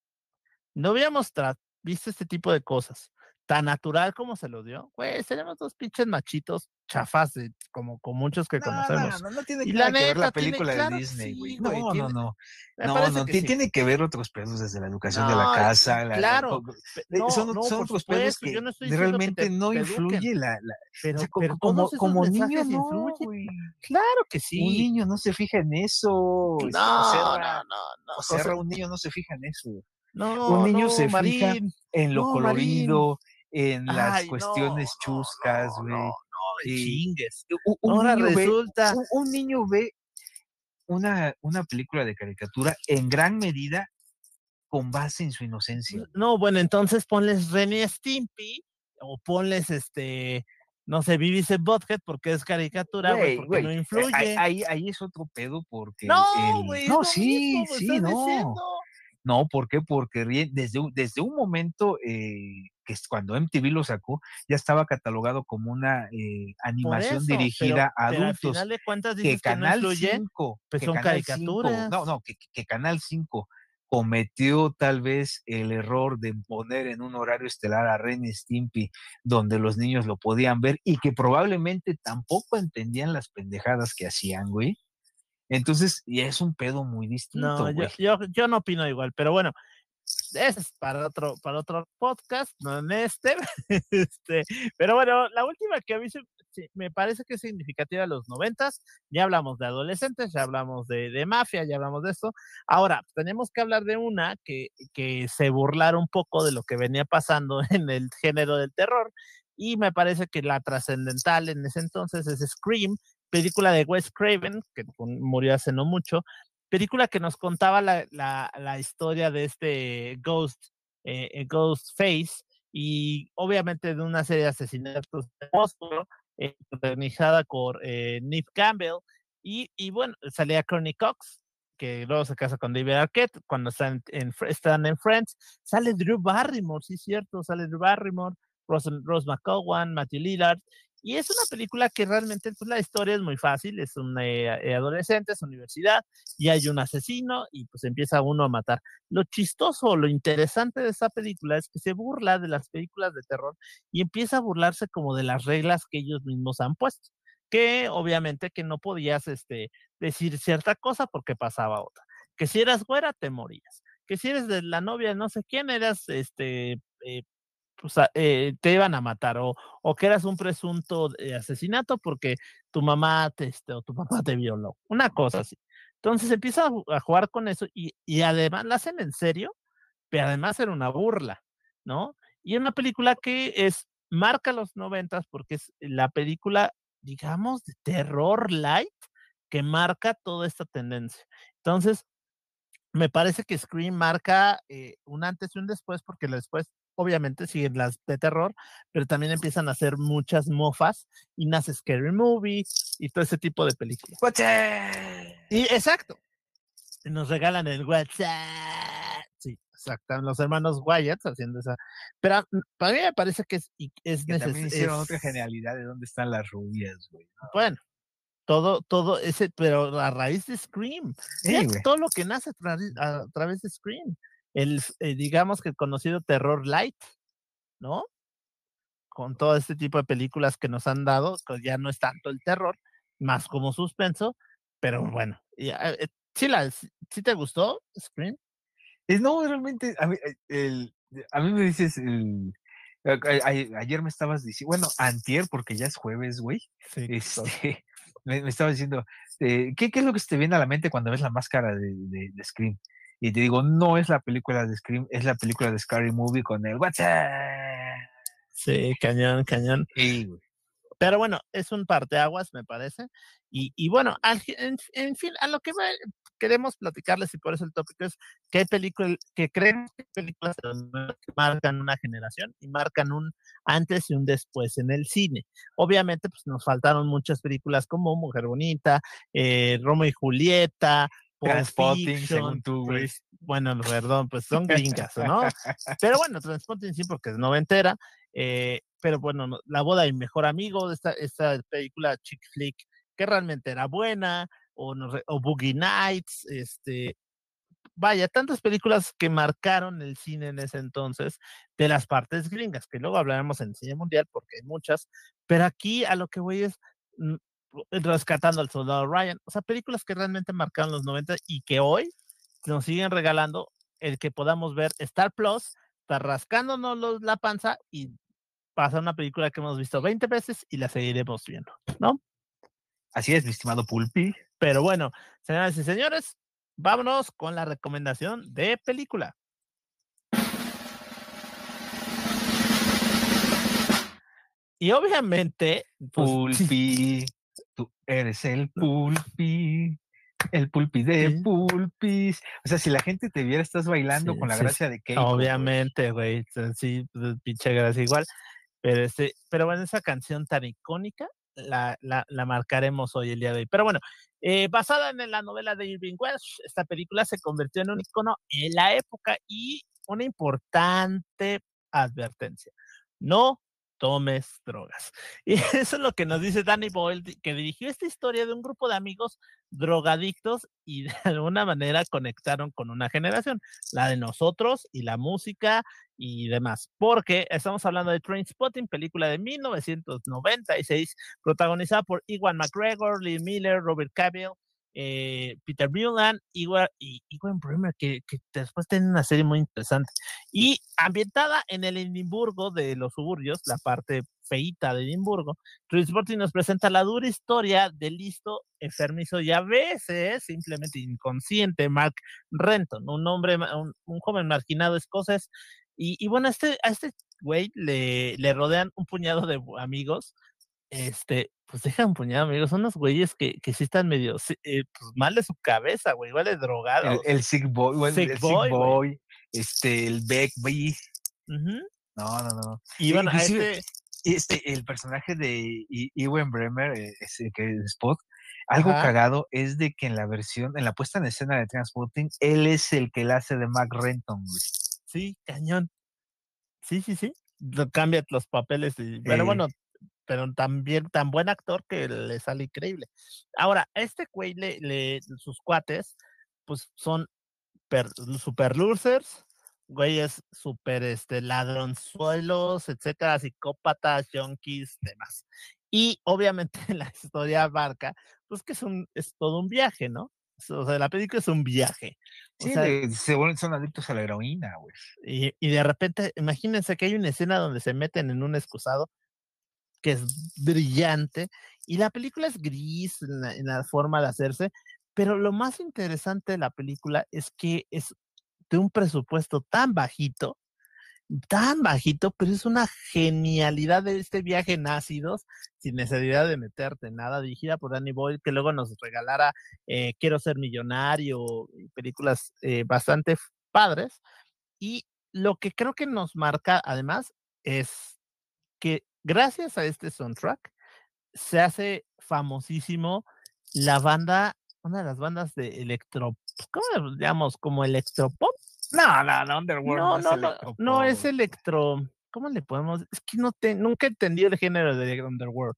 no hubiéramos tra- visto este tipo de cosas tan natural como se lo dio, güey, seríamos dos pinches machitos chafas de, como con muchos que No, no, conocemos. no, no tiene Y la nada que ver la neta, tiene, película de claro que Disney, güey. sí, güey, No, no, tiene, no. me No, parece no, que ti- sí. tiene que ver otros pedos desde la educación de la No, y casa. la- la- claro, co- pe- eh, no, son, no, son por otros pedos supuesto, que yo no estoy diciendo que te, realmente no te eduquen, influye la, la- o sea, pero, co- pero co- como, todos esos como niño mensajes no, influyen. güey. Claro que Un sí. niño no se fija en eso. Este, No, no, Joserra, no, no, José, Joserra, un niño no se fija en eso. Un no, niño no, se fija Marín, en lo no, Marín. colorido, en las Ay, no, cuestiones no, chuscas, no, no, güey. no me Y chingues. un, un Ahora niño ve, resulta, un, un niño ve una, una película de caricatura en gran medida con base en su inocencia, güey. no, bueno, entonces ponles Ren y Stimpy o ponles este, no sé, Beavis and Butthead porque es caricatura, güey, Güey, porque güey, no eh, ahí influye. ahí ahí es otro pedo porque No, el güey, es no, lo sí, mismo, me sí, estás no. diciendo. No, ¿por qué? Porque rie desde un desde un momento, eh, que es cuando M T V lo sacó, ya estaba catalogado como una, eh, Por animación eso, pero dirigida a pero al adultos, final de cuentas que dices que no Canal influye, cinco pues que son Canal cinco no, caricaturas. no, que que Canal cinco cometió tal vez el error de poner en un horario estelar a Ren y Stimpy, donde los niños lo podían ver y que probablemente tampoco entendían las pendejadas que hacían, güey. Entonces, ya es un pedo muy No, distinto, yo güey. yo yo no opino igual, pero bueno, ese es para otro para otro podcast, no en este. Este, pero bueno, la última que a mí se sí, me parece que es significativa de los noventas, ya hablamos de adolescentes, ya hablamos de de mafia, ya hablamos de esto. Ahora, tenemos que hablar de una que que se burlara un poco de lo que venía pasando en el género del terror, y me parece que la trascendental en ese entonces es Scream, película de Wes Craven, que murió hace no mucho, película que nos contaba la, la, la historia de este Ghost, eh, Ghostface, y obviamente de una serie de asesinatos de monstruo, eh, protagonizada por eh, Neve Campbell, y, y bueno, salía Courtney Cox, que luego se casa con David Arquette, cuando están en, están en Friends, sale Drew Barrymore, sí es cierto, sale Drew Barrymore, Rose, Rose McGowan, Matthew Lillard, y es una película que realmente pues, la historia es muy fácil, es un eh, adolescente, es universidad, y hay un asesino y pues empieza uno a matar. Lo chistoso, lo interesante de esta película es que se burla de las películas de terror y empieza a burlarse como de las reglas que ellos mismos han puesto, que obviamente que no podías este, decir cierta cosa porque pasaba otra, que si eras güera te morías, que si eres de la novia de no sé quién eras este eh, pues, a- eh, te iban a matar o, o que eras un presunto eh, asesinato porque tu mamá te, este, o tu papá te violó, una cosa así. Entonces empieza a, ju- a jugar con eso y, y además la hacen en serio, pero además era una burla, ¿no? Y es una película que es, marca los noventas porque es la película, digamos, de terror light que marca toda esta tendencia. Entonces, me parece que Scream marca eh, un antes y un después, porque después, obviamente, siguen las de terror, pero también empiezan a hacer muchas mofas y nace Scary Movie y todo ese tipo de películas. ¡Guache! Y exacto, nos regalan el WhatsApp. Sí, exacto, los hermanos Wyatt haciendo esa. Pero mm, para mí me parece que es, es, Que también neces hicieron otra es genialidad de dónde están las rubias, güey. bueno, todo, todo ese, pero a raíz de Scream. Sí, Fíjate güey. todo lo que nace a, tra a través de Scream. El, eh, digamos que el conocido terror light, ¿no? Con todo este tipo de películas que nos han dado, pues ya no es tanto el terror, más como suspenso, pero bueno, y, eh, ¿sí, la, sí te gustó Scream? Es, no, realmente, a mí, eh, el, a mí me dices, el, a, a, ayer me estabas diciendo, bueno, antier, porque ya es jueves, güey, Sí, este, todo. me, me estabas diciendo, eh, ¿qué, ¿qué es lo que se te viene a la mente cuando ves la máscara de, de, de Scream? Y te digo, no es la película de Scream, es la película de Scary Movie con el WhatsApp. Sí, cañón, cañón. Y, güey, Pero bueno, es un parteaguas, me parece. Y, y bueno, al, en, en, fin, a lo que va, queremos platicarles, y por eso el tópico es que hay películas que creen que hay películas que marcan una generación y marcan un antes y un después en el cine. Obviamente, pues nos faltaron muchas películas como Mujer Bonita, eh, Romeo y Julieta, Pulp Transpotting, según Fiction, tú, güey. pues, bueno, perdón, pues son gringas, ¿no? Pero bueno, Transpotting sí, porque es noventera. Eh, pero bueno, no, La boda de mi mejor amigo, esta, esta película chick flick que realmente era buena, o, no, o Boogie Nights, este, vaya, tantas películas que marcaron el cine en ese entonces de las partes gringas, que luego hablaremos en cine mundial porque hay muchas, pero aquí a lo que voy es mm, rescatando al soldado Ryan, o sea, películas que realmente marcaron los noventa y que hoy nos siguen regalando el que podamos ver Star Plus, está rascándonos los, la panza y pasa una película que hemos visto veinte veces y la seguiremos viendo, ¿no? Así es, mi estimado Pulpi. Pero bueno, señoras y señores, vámonos con la recomendación de película. Y obviamente, pues sí, Pulpi, tú eres el Pulpi. El pulpi de sí, pulpis. O sea, si la gente te viera, estás sí, bailando con la sí, gracia de Keiko, güey. obviamente, güey, sí, pues, pinche gracia igual. Pero, este, pero bueno, esa canción tan icónica la la la marcaremos hoy, el día de hoy. Pero bueno, eh, basada en la novela de Irving Welsh, esta película se convirtió en un icono en la época y una importante advertencia: no tomes drogas. Y eso es lo que nos dice Danny Boyle, que dirigió esta historia de un grupo de amigos drogadictos y de alguna manera conectaron con una generación, la de nosotros y la música y demás, porque estamos hablando de Trainspotting, película de mil novecientos noventa y seis, protagonizada por Ewan McGregor, Lee Miller, Robert Cavill, eh, Peter Mullan, Ewan, y Ewan Bremer, que, que después tiene una serie muy interesante, y ambientada en el Edimburgo de los suburbios, la parte feíta de Edimburgo. Trainspotting nos presenta la dura historia del listo, enfermizo y a veces simplemente inconsciente Mark Renton, un hombre, un, un joven marginado escocés. Y, y bueno, a este, a este güey le, le rodean un puñado de amigos. Este, pues deja un puñado de amigos, son unos güeyes que, que sí están medio sí, eh, pues mal de su cabeza, güey, igual de El, drogados. el Sick Boy, bueno, Sick el Sick Boy, güey. Boy, este, el Beck Bee. Ujú. No, no, no. Y E- bueno, a inclusive, este, este, el personaje de I- Ewan Bremer, eh, ese que es Spot, algo ajá, cagado es de que en la versión, en la puesta en escena de Transporting, él es el que la hace de Mac Renton, güey. sí, cañón. Sí, sí, sí. Lo cambia los papeles, y, pero Eh, bueno, pero también tan buen actor que le sale increíble. Ahora, este güey le, le, sus cuates, pues son per, super losers, güeyes super este, ladronzuelos, etcétera, psicópatas, junkies, demás. Y obviamente la historia abarca, pues que es un, es todo un viaje, ¿no? O sea, la película es un viaje. O sí, sea, de- se vuelven, son adictos a la heroína, güey. y, y de repente, imagínense que hay una escena donde se meten en un excusado que es brillante y la película es gris en la, en la forma de hacerse, pero lo más interesante de la película es que es de un presupuesto tan bajito, tan bajito, pero es una genialidad de este viaje en ácidos, sin necesidad de meterte en nada, dirigida por Danny Boyle, que luego nos regalara eh, Quiero ser millonario, y películas eh, bastante padres. Y lo que creo que nos marca además es que gracias a este soundtrack se hace famosísimo la banda, una de las bandas de electro, ¿cómo le llamamos? ¿Como electropop? No, no, no, Underworld no No, es no, no, no electropop, es güey. electro, ¿cómo le podemos? Es que no te, nunca entendí el género de Underworld,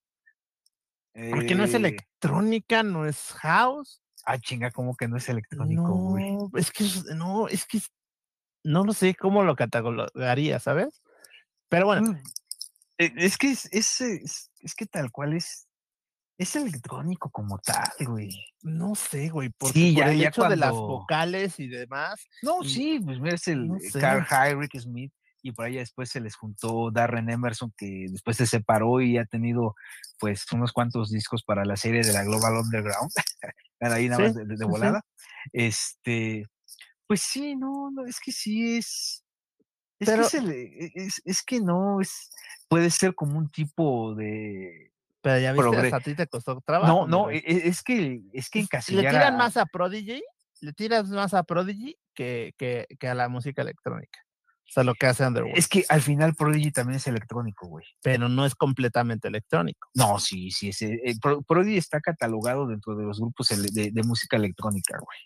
porque no es Eh, electrónica, no es house, ah, chinga, como que no es electrónico, güey. no, es que es- no, es que es- no lo sé cómo lo catalogaría, ¿sabes? Pero bueno, Mm, e- es que es, es, es, es que tal cual es, es electrónico como tal, güey. no sé, güey, porque Sí, por ya, el ya hecho de las cuando. vocales y demás, No, y sí, pues mira, es el no Carl sé. Rick Smith, y por allá después se les juntó Darren Emerson, que después se separó y ha tenido pues unos cuantos discos para la serie de la Global Underground, ahí nada Sí, más de, de- de sí, sí. volada. Este, pues sí, no, no, es que sí es, es que Pero es el, e- es, es que no, es, puede ser como un tipo de pero ya viste, progre. hasta a ti te costó No, trabajo, mi no, rey. e- e- es que, es que Es le encasillar tiran a, más a Prodigy, le tiras más a Prodigy que que que a la música electrónica. O sea, lo que hace Underworld, es que al final Prodigy también es electrónico, güey. pero no es completamente electrónico. No, sí, sí, ese, eh, Pro- Prodigy está catalogado dentro de los grupos ele- de, de música electrónica, güey.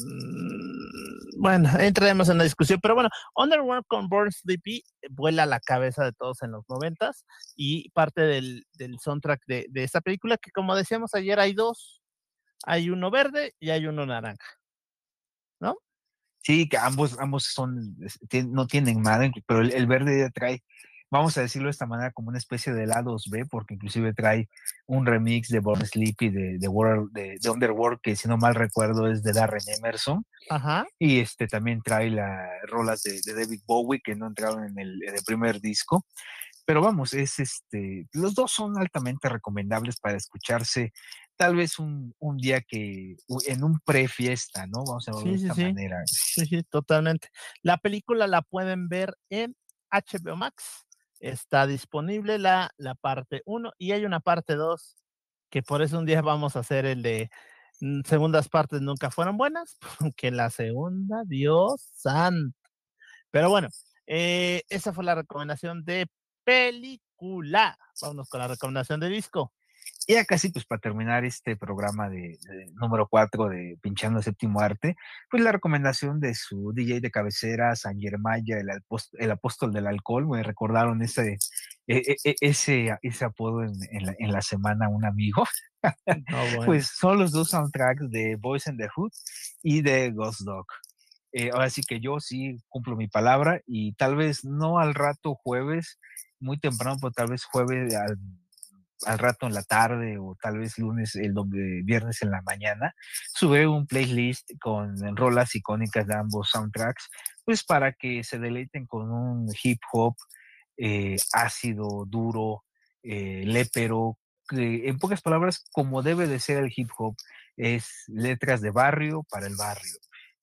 Mm, bueno, entraremos en la discusión, pero bueno, Underworld con Born Sleepy eh, vuela a la cabeza de todos en los noventas y parte del del soundtrack de de esta película que, como decíamos ayer, hay dos, hay uno verde y hay uno naranja, ¿no? Sí, que ambos, ambos son, es- tien- no tienen nada, inclu- pero el, el verde ya trae, vamos a decirlo de esta manera, como una especie de lados B, porque inclusive trae un remix de Born Sleepy de, de, World, de, de Underworld, que si no mal recuerdo es de Darren Emerson, Ajá. y este también trae las rolas de, de David Bowie, que no entraron en el, en el primer disco. Pero vamos, es este, los dos son altamente recomendables para escucharse, tal vez un, un día que, u- en un pre-fiesta, ¿no? Vamos a verlo de Sí, sí, esta sí. manera. Sí, sí, totalmente. La película la pueden ver en H B O Max. Está disponible la, la parte uno y hay una parte dos que por eso un día vamos a hacer el de mm, segundas partes nunca fueron buenas, porque la segunda, Dios santo. Pero bueno, eh, esa fue la recomendación de peli película. Vámonos con la recomendación de disco. Y ya casi, pues para terminar este programa de, de número cuatro de Pinchando Séptimo Arte, pues la recomendación de su D J de cabecera, San Germaya, el, el apóstol del alcohol. Me recordaron ese, e, e, ese, ese apodo en, en, la, en la semana un amigo. Oh, bueno. Pues son los dos soundtracks de Boys in the Hood y de Ghost Dog. Eh, ahora sí que yo sí cumplo mi palabra y tal vez no al rato jueves, muy temprano, pero tal vez jueves al, al rato en la tarde o tal vez lunes, el viernes en la mañana, subiré un playlist con rolas icónicas de ambos soundtracks, pues para que se deleiten con un hip hop eh, ácido, duro, eh, lépero, que en pocas palabras, como debe de ser el hip hop, es letras de barrio para el barrio.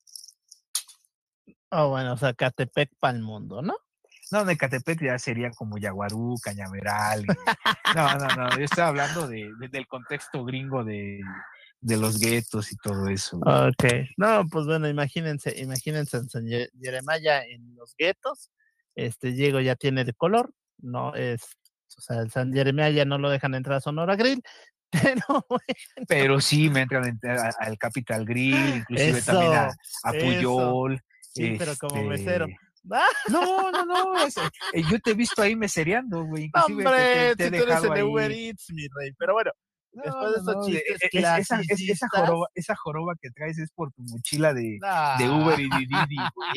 Oh, bueno, o sea, Catepec para el mundo, ¿no? No, de Catepec ya sería como Yaguarú, Cañaveral. Y... No, no, no, yo estoy hablando de, de, del contexto gringo de, de los guetos y todo eso. Güey. Ok, no, pues bueno, imagínense, imagínense en San Jeremiah en los guetos, este Diego ya tiene de color, no es, o sea, el San Jeremiah ya no lo dejan entrar a Sonora Grill, pero bueno. Pero sí me entran al Capital Grill, inclusive eso, también a, a Puyol. Sí, este... pero como mesero. No, no, no, es, eh, yo te he visto ahí mesereando, güey. Inclusive Hombre, te, te, te si tú eres el de Uber Eats, mi rey, pero bueno. No, después de estos no, chistes es, esa, es, esa, joroba, esa joroba que traes es por tu mochila de, nah. de Uber y de Didi, güey.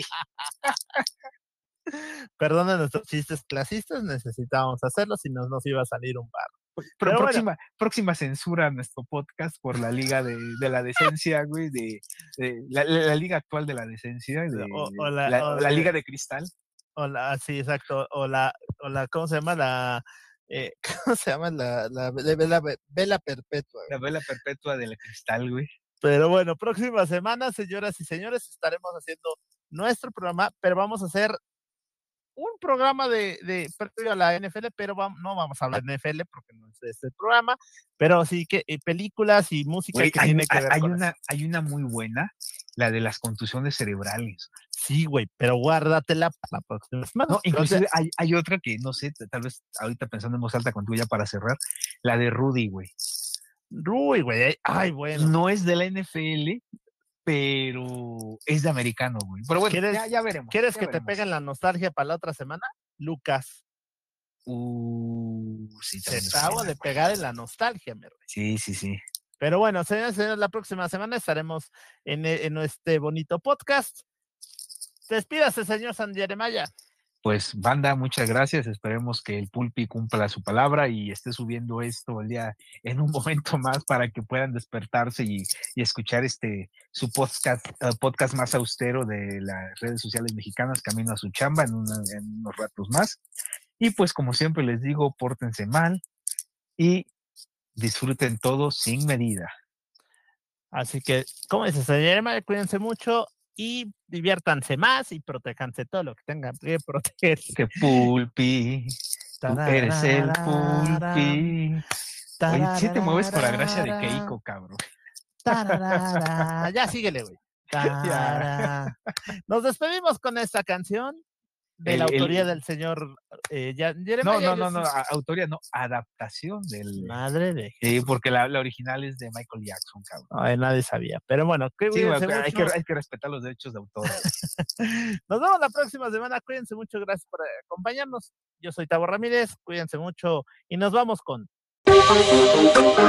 Perdona nuestros chistes clasistas, necesitábamos hacerlos, si no nos iba a salir un bar. Pero próxima, bueno. próxima censura a nuestro podcast por la Liga de, de la Decencia, güey, de, de la, la, Liga actual de la Decencia, de, o, o la, la, o la Liga de Cristal. O la, sí, exacto, o la, o la, ¿cómo se llama? La, eh, ¿cómo se llama? La, la, la vela, vela perpetua. Güey. La vela perpetua de la Cristal, güey. Pero bueno, próxima semana, señoras y señores, estaremos haciendo nuestro programa, pero vamos a hacer un programa de, de previo a la N F L, pero vamos, no vamos a hablar de N F L porque no es este programa, pero sí que eh, películas y música güey, que hay, tiene que hay, ver hay con una eso. Hay una muy buena, la de las contusiones cerebrales. Sí, güey, pero guárdatela para la próxima semana. No, inclusive hay, hay otra que, no sé, tal vez ahorita pensando en voz alta contigo ya para cerrar, la de Rudy, güey. Rudy, güey, ay, bueno. No es de la N F L, pero es de americano, güey. Pero bueno, ¿Quieres, ya, ya veremos. ¿Quieres ya que veremos. te peguen la nostalgia para la otra semana? Lucas. Uh, sí, te acabo de pegar en la nostalgia, mi rey. Sí, sí, sí. Pero bueno, señores, señores, la próxima semana estaremos en, en este bonito podcast. Despídase, señor San Jeremiah. Pues, banda, muchas gracias. Esperemos que el Pulpi cumpla su palabra y esté subiendo esto el día en un momento más para que puedan despertarse y, y escuchar este su podcast, uh, podcast más austero de las redes sociales mexicanas, camino a su chamba en, una, en unos ratos más. Y pues, como siempre les digo, pórtense mal y disfruten todo sin medida. Así que, como dice San Jeremiah, cuídense mucho y diviértanse más y protéjanse todo lo que tengan que proteger. Que Pulpi, tú eres el Pulpi. Oye, sí te mueves con la gracia de Keiko, cabrón. Ya síguele, güey. Nos despedimos con esta canción de el, la autoría el, del señor eh, Jeremiah. No, no, no, no, a, autoría no, adaptación del... Madre de eh, porque la, la original es de Michael Jackson, cabrón. Ay, nadie sabía, pero bueno, sí, bueno hay, que, hay que respetar los derechos de autor. Nos vemos la próxima semana, cuídense mucho, gracias por acompañarnos. Yo soy Tavo Ramírez, cuídense mucho y nos vamos con...